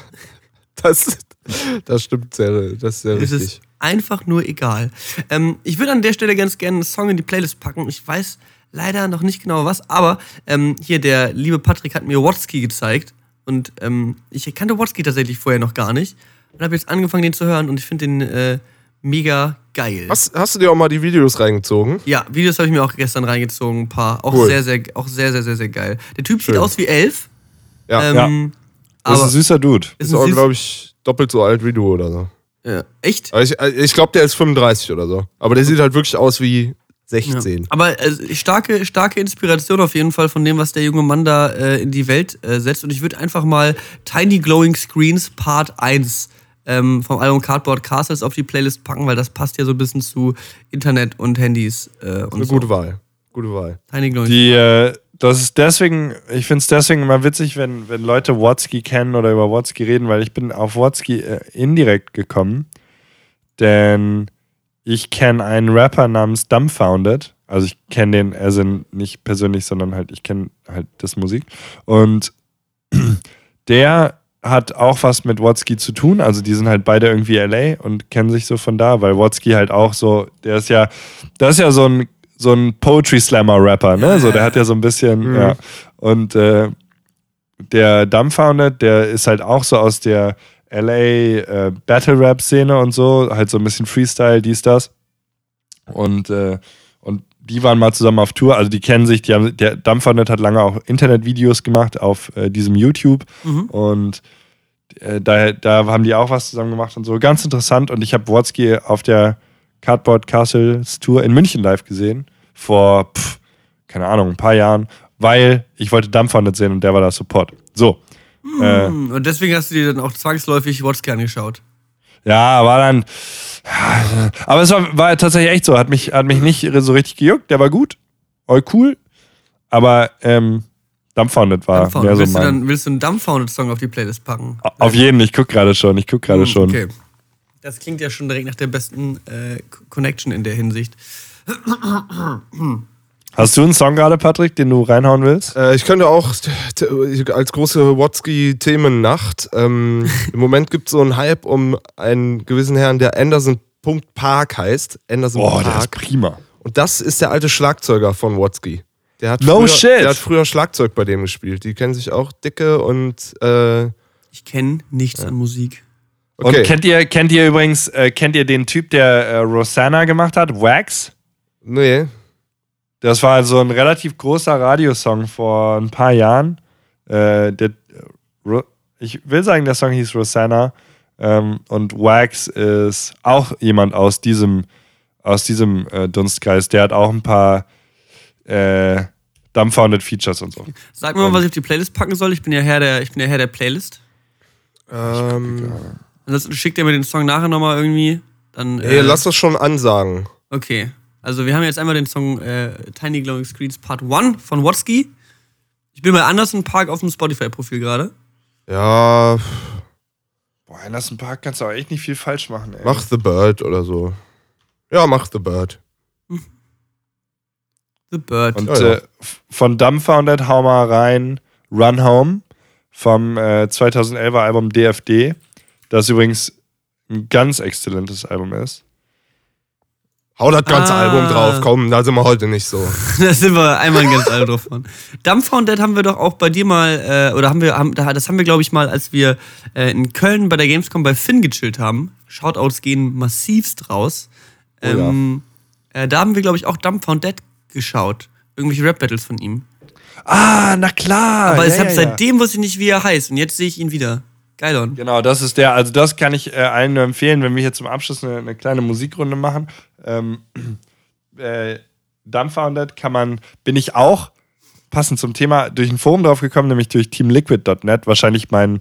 das stimmt sehr, das ist sehr richtig. Es ist einfach nur egal. Ich würde an der Stelle ganz gerne einen Song in die Playlist packen. Ich weiß leider noch nicht genau was, aber hier der liebe Patrick hat mir Watsky gezeigt. Und ich kannte Watsky tatsächlich vorher noch gar nicht. und habe jetzt angefangen, den zu hören und ich finde den mega geil. Hast du dir auch mal die Videos reingezogen? Ja, Videos habe ich mir auch gestern reingezogen, ein paar. Auch cool. sehr, sehr geil. Der Typ sieht aus wie 11. Ja. Das ist ein süßer Dude. Ist auch, glaube ich, doppelt so alt wie du oder so. Ja. Echt? Aber ich glaube, der ist 35 oder so. Aber der sieht halt wirklich aus wie 16. Ja. Aber starke Inspiration auf jeden Fall von dem, was der junge Mann da in die Welt setzt. Und ich würde einfach mal Tiny Glowing Screens Part 1 vom Album Cardboard Castles auf die Playlist packen, weil das passt ja so ein bisschen zu Internet und Handys. Und eine gute Wahl. Tiny Glowing Ich finde es deswegen immer witzig, wenn Leute Watsky kennen oder über Watsky reden, weil ich bin auf Watsky indirekt gekommen, denn ich kenne einen Rapper namens Dumbfounded, also ich kenne den, also nicht persönlich, sondern halt, ich kenne halt das Musik und der hat auch was mit Watsky zu tun, also die sind halt beide irgendwie LA und kennen sich so von da, weil Watsky halt auch so, das ist ja so ein Poetry Slammer Rapper, ne? So, der hat ja so ein bisschen, ja. Und der Dumbfounded, der ist halt auch so aus der LA Battle Rap Szene und so, halt so ein bisschen Freestyle, dies, das. Und die waren mal zusammen auf Tour, also die kennen sich, der Dumbfounded hat lange auch Internetvideos gemacht auf diesem YouTube und da haben die auch was zusammen gemacht und so, ganz interessant. Und ich habe Watsky auf der Cardboard Castles Tour in München live gesehen, vor, keine Ahnung, ein paar Jahren, weil ich wollte Dumbfounded sehen und der war da Support. So. und deswegen hast du dir dann auch zwangsläufig Watsky angeschaut. Ja, war dann. Aber es war tatsächlich echt so. Hat mich nicht so richtig gejuckt. Der war gut. Cool. Aber Dumbfounded war mehr so mein. Willst du einen Dumbfounded-Song auf die Playlist packen? Auf jeden, ich guck gerade schon. Okay. Das klingt ja schon direkt nach der besten Connection in der Hinsicht. Hast du einen Song gerade, Patrick, den du reinhauen willst? Ich könnte auch als große Watsky-Themennacht. Im Moment gibt es so einen Hype um einen gewissen Herrn, der Anderson.Park heißt. Anderson Park. Der ist prima. Und das ist der alte Schlagzeuger von Watsky. Der hat früher Schlagzeug bei dem gespielt. Die kennen sich auch dicke und ich kenne nichts an Musik. Okay. Und kennt ihr übrigens den Typ, der Rosanna gemacht hat? Wax? Nee. Das war so ein relativ großer Radiosong vor ein paar Jahren. Ich will sagen, der Song hieß Rosanna. Und Wax ist auch jemand aus diesem Dunstkreis. Der hat auch ein paar Dumbfounded Features und so. Sag mir mal, was ich auf die Playlist packen soll. Ich bin ja Herr der Playlist. Ansonsten schickt ihr mir den Song nachher nochmal irgendwie. Dann, lass das schon ansagen. Okay. Also wir haben jetzt einmal den Song Tiny Glowing Screens Part 1 von Watsky. Ich bin bei Anderson Park auf dem Spotify-Profil gerade. Ja. Boah, Anderson Park kannst du auch echt nicht viel falsch machen, ey. Mach The Bird oder so. Ja, mach The Bird. The Bird. Und von Dumbfounded hau mal rein Run Home vom 2011er Album DFD, das übrigens ein ganz exzellentes Album ist. Hau das ganze Album drauf, komm, da sind wir heute nicht so. Da sind wir einmal ein ganzes Album drauf von. Dumbfounded haben wir doch auch bei dir mal, das haben wir, glaube ich, mal, als wir in Köln bei der Gamescom bei Finn gechillt haben. Shoutouts gehen massivst raus. Da haben wir, glaube ich, auch Dumbfounded geschaut. Irgendwelche Rap-Battles von ihm. Na klar. Aber seitdem wusste ich nicht, wie er heißt. Und jetzt sehe ich ihn wieder. Geilon. Genau, das ist der, also das kann ich allen nur empfehlen, wenn wir hier zum Abschluss eine kleine Musikrunde machen. Dumbfounded bin ich auch, passend zum Thema, durch ein Forum drauf gekommen, nämlich durch teamliquid.net, wahrscheinlich my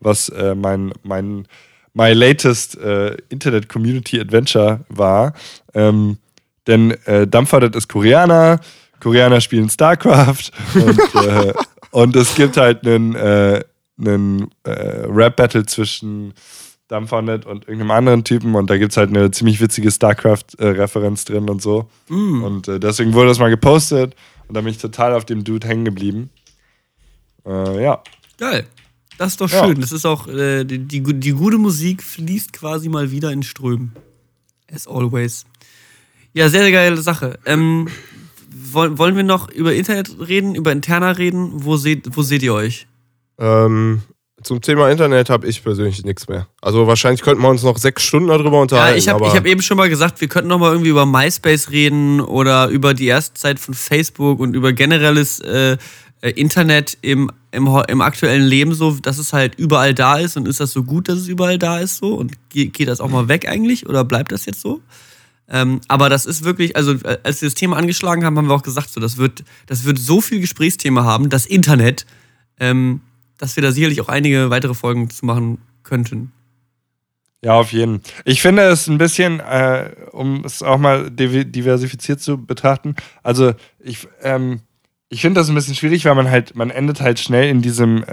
latest Internet Community Adventure war. Denn Dumbfounded ist Koreaner spielen StarCraft und es gibt halt einen Rap-Battle zwischen Dumbfounded und irgendeinem anderen Typen und da gibt es halt eine ziemlich witzige StarCraft-Referenz drin und so. Und deswegen wurde das mal gepostet und da bin ich total auf dem Dude hängen geblieben. Ja. Geil. Das ist doch schön. Das ist auch, die gute Musik fließt quasi mal wieder in Strömen. As always. Ja, sehr, sehr geile Sache. Wollen wir noch über Internet reden, über Interna reden? Wo seht ihr euch? Zum Thema Internet habe ich persönlich nichts mehr. Also wahrscheinlich könnten wir uns noch 6 Stunden darüber unterhalten. Ja, ich hab eben schon mal gesagt, wir könnten noch mal irgendwie über MySpace reden oder über die erste Zeit von Facebook und über generelles Internet im aktuellen Leben so, dass es halt überall da ist und ist das so gut, dass es überall da ist so und geht das auch mal weg eigentlich oder bleibt das jetzt so? Aber das ist wirklich, also als wir das Thema angeschlagen haben, haben wir auch gesagt, so, das wird so viel Gesprächsthema haben, das Internet, dass wir da sicherlich auch einige weitere Folgen zu machen könnten. Ja, auf jeden Fall. Ich finde es ein bisschen, um es auch mal diversifiziert zu betrachten, also ich finde das ein bisschen schwierig, weil man endet halt schnell in diesem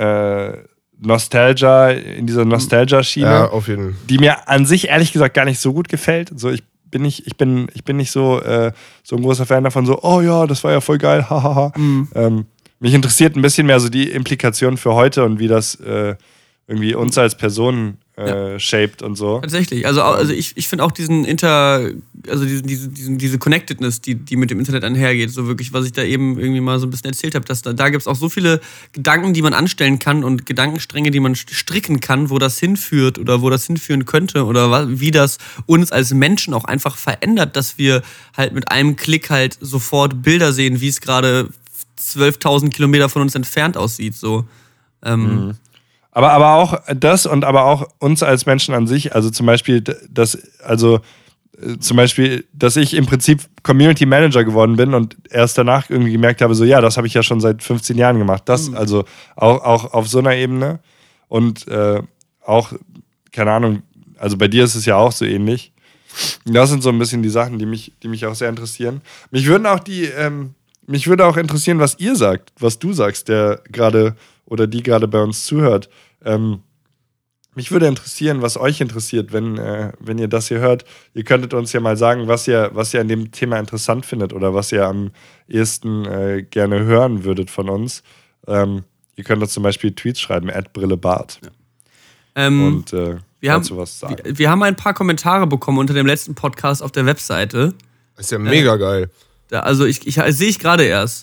dieser Nostalgia-Schiene, Ja, auf jeden Fall. die mir an sich ehrlich gesagt gar nicht so gut gefällt. So, ich bin nicht so ein großer Fan davon, so, oh ja, das war ja voll geil, hahaha. Mich interessiert ein bisschen mehr so die Implikationen für heute und wie das irgendwie uns als Personen shaped und so. Tatsächlich. Also ich finde auch diese Connectedness, die mit dem Internet einhergeht, so wirklich, was ich da eben irgendwie mal so ein bisschen erzählt habe, dass da gibt es auch so viele Gedanken, die man anstellen kann und Gedankenstränge, die man stricken kann, wo das hinführt oder wo das hinführen könnte oder wie das uns als Menschen auch einfach verändert, dass wir halt mit einem Klick halt sofort Bilder sehen, wie es gerade 12.000 Kilometer von uns entfernt aussieht, so. Aber auch das und aber auch uns als Menschen an sich, also zum Beispiel, dass ich im Prinzip Community Manager geworden bin und erst danach irgendwie gemerkt habe, so ja, das habe ich ja schon seit 15 Jahren gemacht. Das, also auch auf so einer Ebene und auch, keine Ahnung, also bei dir ist es ja auch so ähnlich. Das sind so ein bisschen die Sachen, die mich auch sehr interessieren. Mich würde auch interessieren, was ihr sagt, was du sagst, der gerade oder die gerade bei uns zuhört. Mich würde interessieren, was euch interessiert, wenn ihr das hier hört. Ihr könntet uns ja mal sagen, was ihr an dem Thema interessant findet oder was ihr am ehesten gerne hören würdet von uns. Ihr könnt uns zum Beispiel Tweets schreiben, @brillebart. Und dazu was sagen. Wir haben ein paar Kommentare bekommen unter dem letzten Podcast auf der Webseite. Das ist ja mega geil. Also sehe ich gerade erst.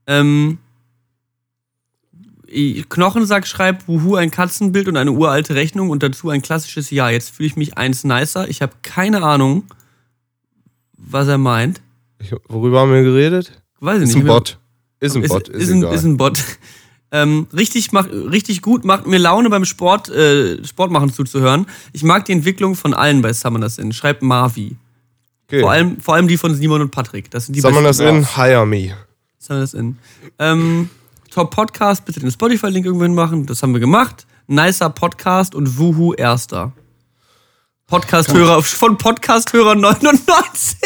Knochensack schreibt, wuhu, ein Katzenbild und eine uralte Rechnung und dazu ein klassisches Ja. Jetzt fühle ich mich eins nicer. Ich habe keine Ahnung, was er meint. Worüber haben wir geredet? Weiß ich ist nicht. Ein Bot. Ist ein Bot. Richtig gut, macht mir Laune beim Sport machen zuzuhören. Ich mag die Entwicklung von allen bei Summoners Inn, schreibt Marvi. Okay. Vor allem die von Simon und Patrick. Das sind die Summoners Inn, hire me. Summoners Inn. Top Podcast, bitte den Spotify-Link irgendwo machen. Das haben wir gemacht. Nicer Podcast und Wuhu Erster. Podcast-Hörer von Podcast-Hörer 99.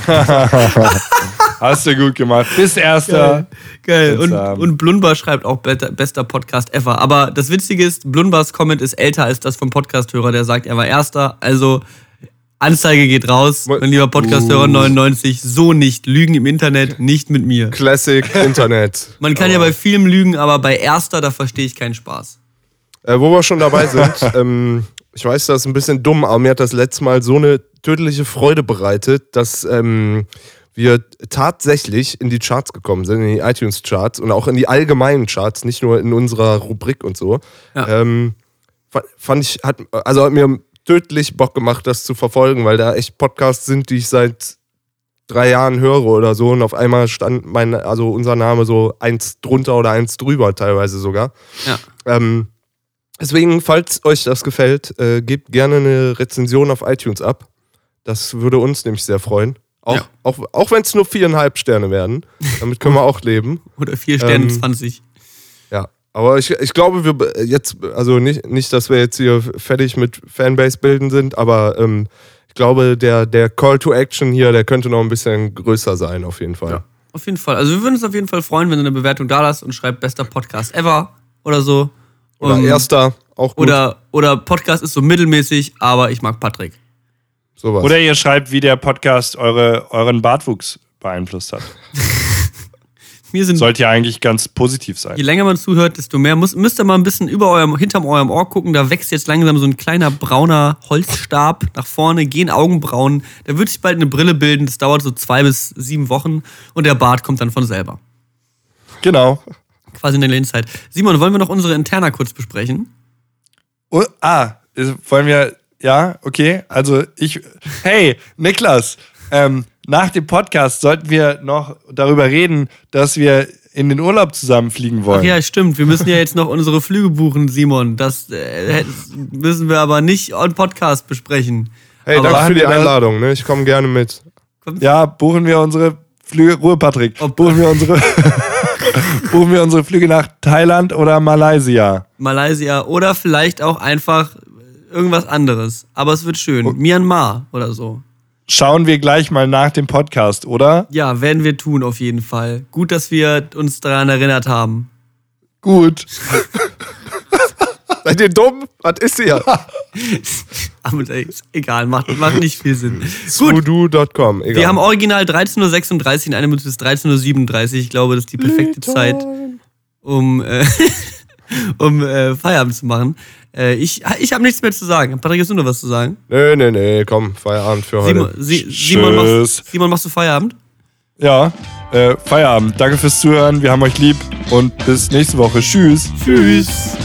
Hast du gut gemacht. Bis Erster. Geil. Und Blunbar schreibt auch bester Podcast ever. Aber das Witzige ist, Blunbars Comment ist älter als das vom Podcast-Hörer, der sagt, er war Erster. Also Anzeige geht raus, mein lieber Podcast-Hörer 99. So nicht. Lügen im Internet, nicht mit mir. Classic Internet. Man kann ja bei vielem lügen, aber bei Erster, da verstehe ich keinen Spaß. Wo wir schon dabei sind, ich weiß, das ist ein bisschen dumm, aber mir hat das letzte Mal so eine tödliche Freude bereitet, dass wir tatsächlich in die Charts gekommen sind, in die iTunes-Charts und auch in die allgemeinen Charts, nicht nur in unserer Rubrik und so. Ja. Hat mir tödlich Bock gemacht, das zu verfolgen, weil da echt Podcasts sind, die ich seit 3 Jahren höre oder so und auf einmal stand unser Name so 1 drunter oder 1 drüber teilweise sogar. Ja. Deswegen, falls euch das gefällt, gebt gerne eine Rezension auf iTunes ab. Das würde uns nämlich sehr freuen. Auch wenn es nur 4,5 Sterne werden. Damit können wir auch leben. Oder 4 Sterne 20. Ja, aber ich glaube, wir jetzt, also nicht, dass wir jetzt hier fertig mit Fanbase bilden sind, aber ich glaube, der Call to Action hier, der könnte noch ein bisschen größer sein, auf jeden Fall. Ja, auf jeden Fall. Also wir würden uns auf jeden Fall freuen, wenn ihr eine Bewertung da lasst und schreibt bester Podcast ever oder so. Oder Erster, auch gut. Oder Podcast ist so mittelmäßig, aber ich mag Patrick. Sowas. Oder ihr schreibt, wie der Podcast euren Bartwuchs beeinflusst hat. Sollte ja eigentlich ganz positiv sein. Je länger man zuhört, desto mehr müsst ihr mal ein bisschen hinterm eurem Ohr gucken. Da wächst jetzt langsam so ein kleiner brauner Holzstab nach vorne, gehen Augenbrauen. Da wird sich bald eine Brille bilden. Das dauert so 2 bis 7 Wochen. Und der Bart kommt dann von selber. Genau. Quasi in der Lebenszeit. Simon, wollen wir noch unsere Interna kurz besprechen? Wollen wir, ja, okay, also hey, Niklas, nach dem Podcast sollten wir noch darüber reden, dass wir in den Urlaub zusammenfliegen wollen. Ach ja, stimmt. Wir müssen ja jetzt noch unsere Flüge buchen, Simon. Das müssen wir aber nicht on Podcast besprechen. Hey, aber danke für die Einladung, ne? Ich komme gerne mit. Ja, buchen wir unsere Flüge, Ruhe Patrick, buchen wir unsere Flüge nach Thailand oder Malaysia? Malaysia oder vielleicht auch einfach irgendwas anderes. Aber es wird schön. Myanmar oder so. Schauen wir gleich mal nach dem Podcast, oder? Ja, werden wir tun auf jeden Fall. Gut, dass wir uns daran erinnert haben. Gut. Seid ihr dumm? Was ist hier? Aber ist egal, macht nicht viel Sinn. Voodoo.com. Wir haben original 13.36 Uhr in 1 Minute bis 13.37 Uhr. Ich glaube, das ist die perfekte Zeit, um Feierabend zu machen. Ich habe nichts mehr zu sagen. Patrick, hast du noch was zu sagen? Nee, komm, Feierabend für heute. Simon, machst du Feierabend? Ja, Feierabend. Danke fürs Zuhören, wir haben euch lieb und bis nächste Woche. Tschüss. Tschüss.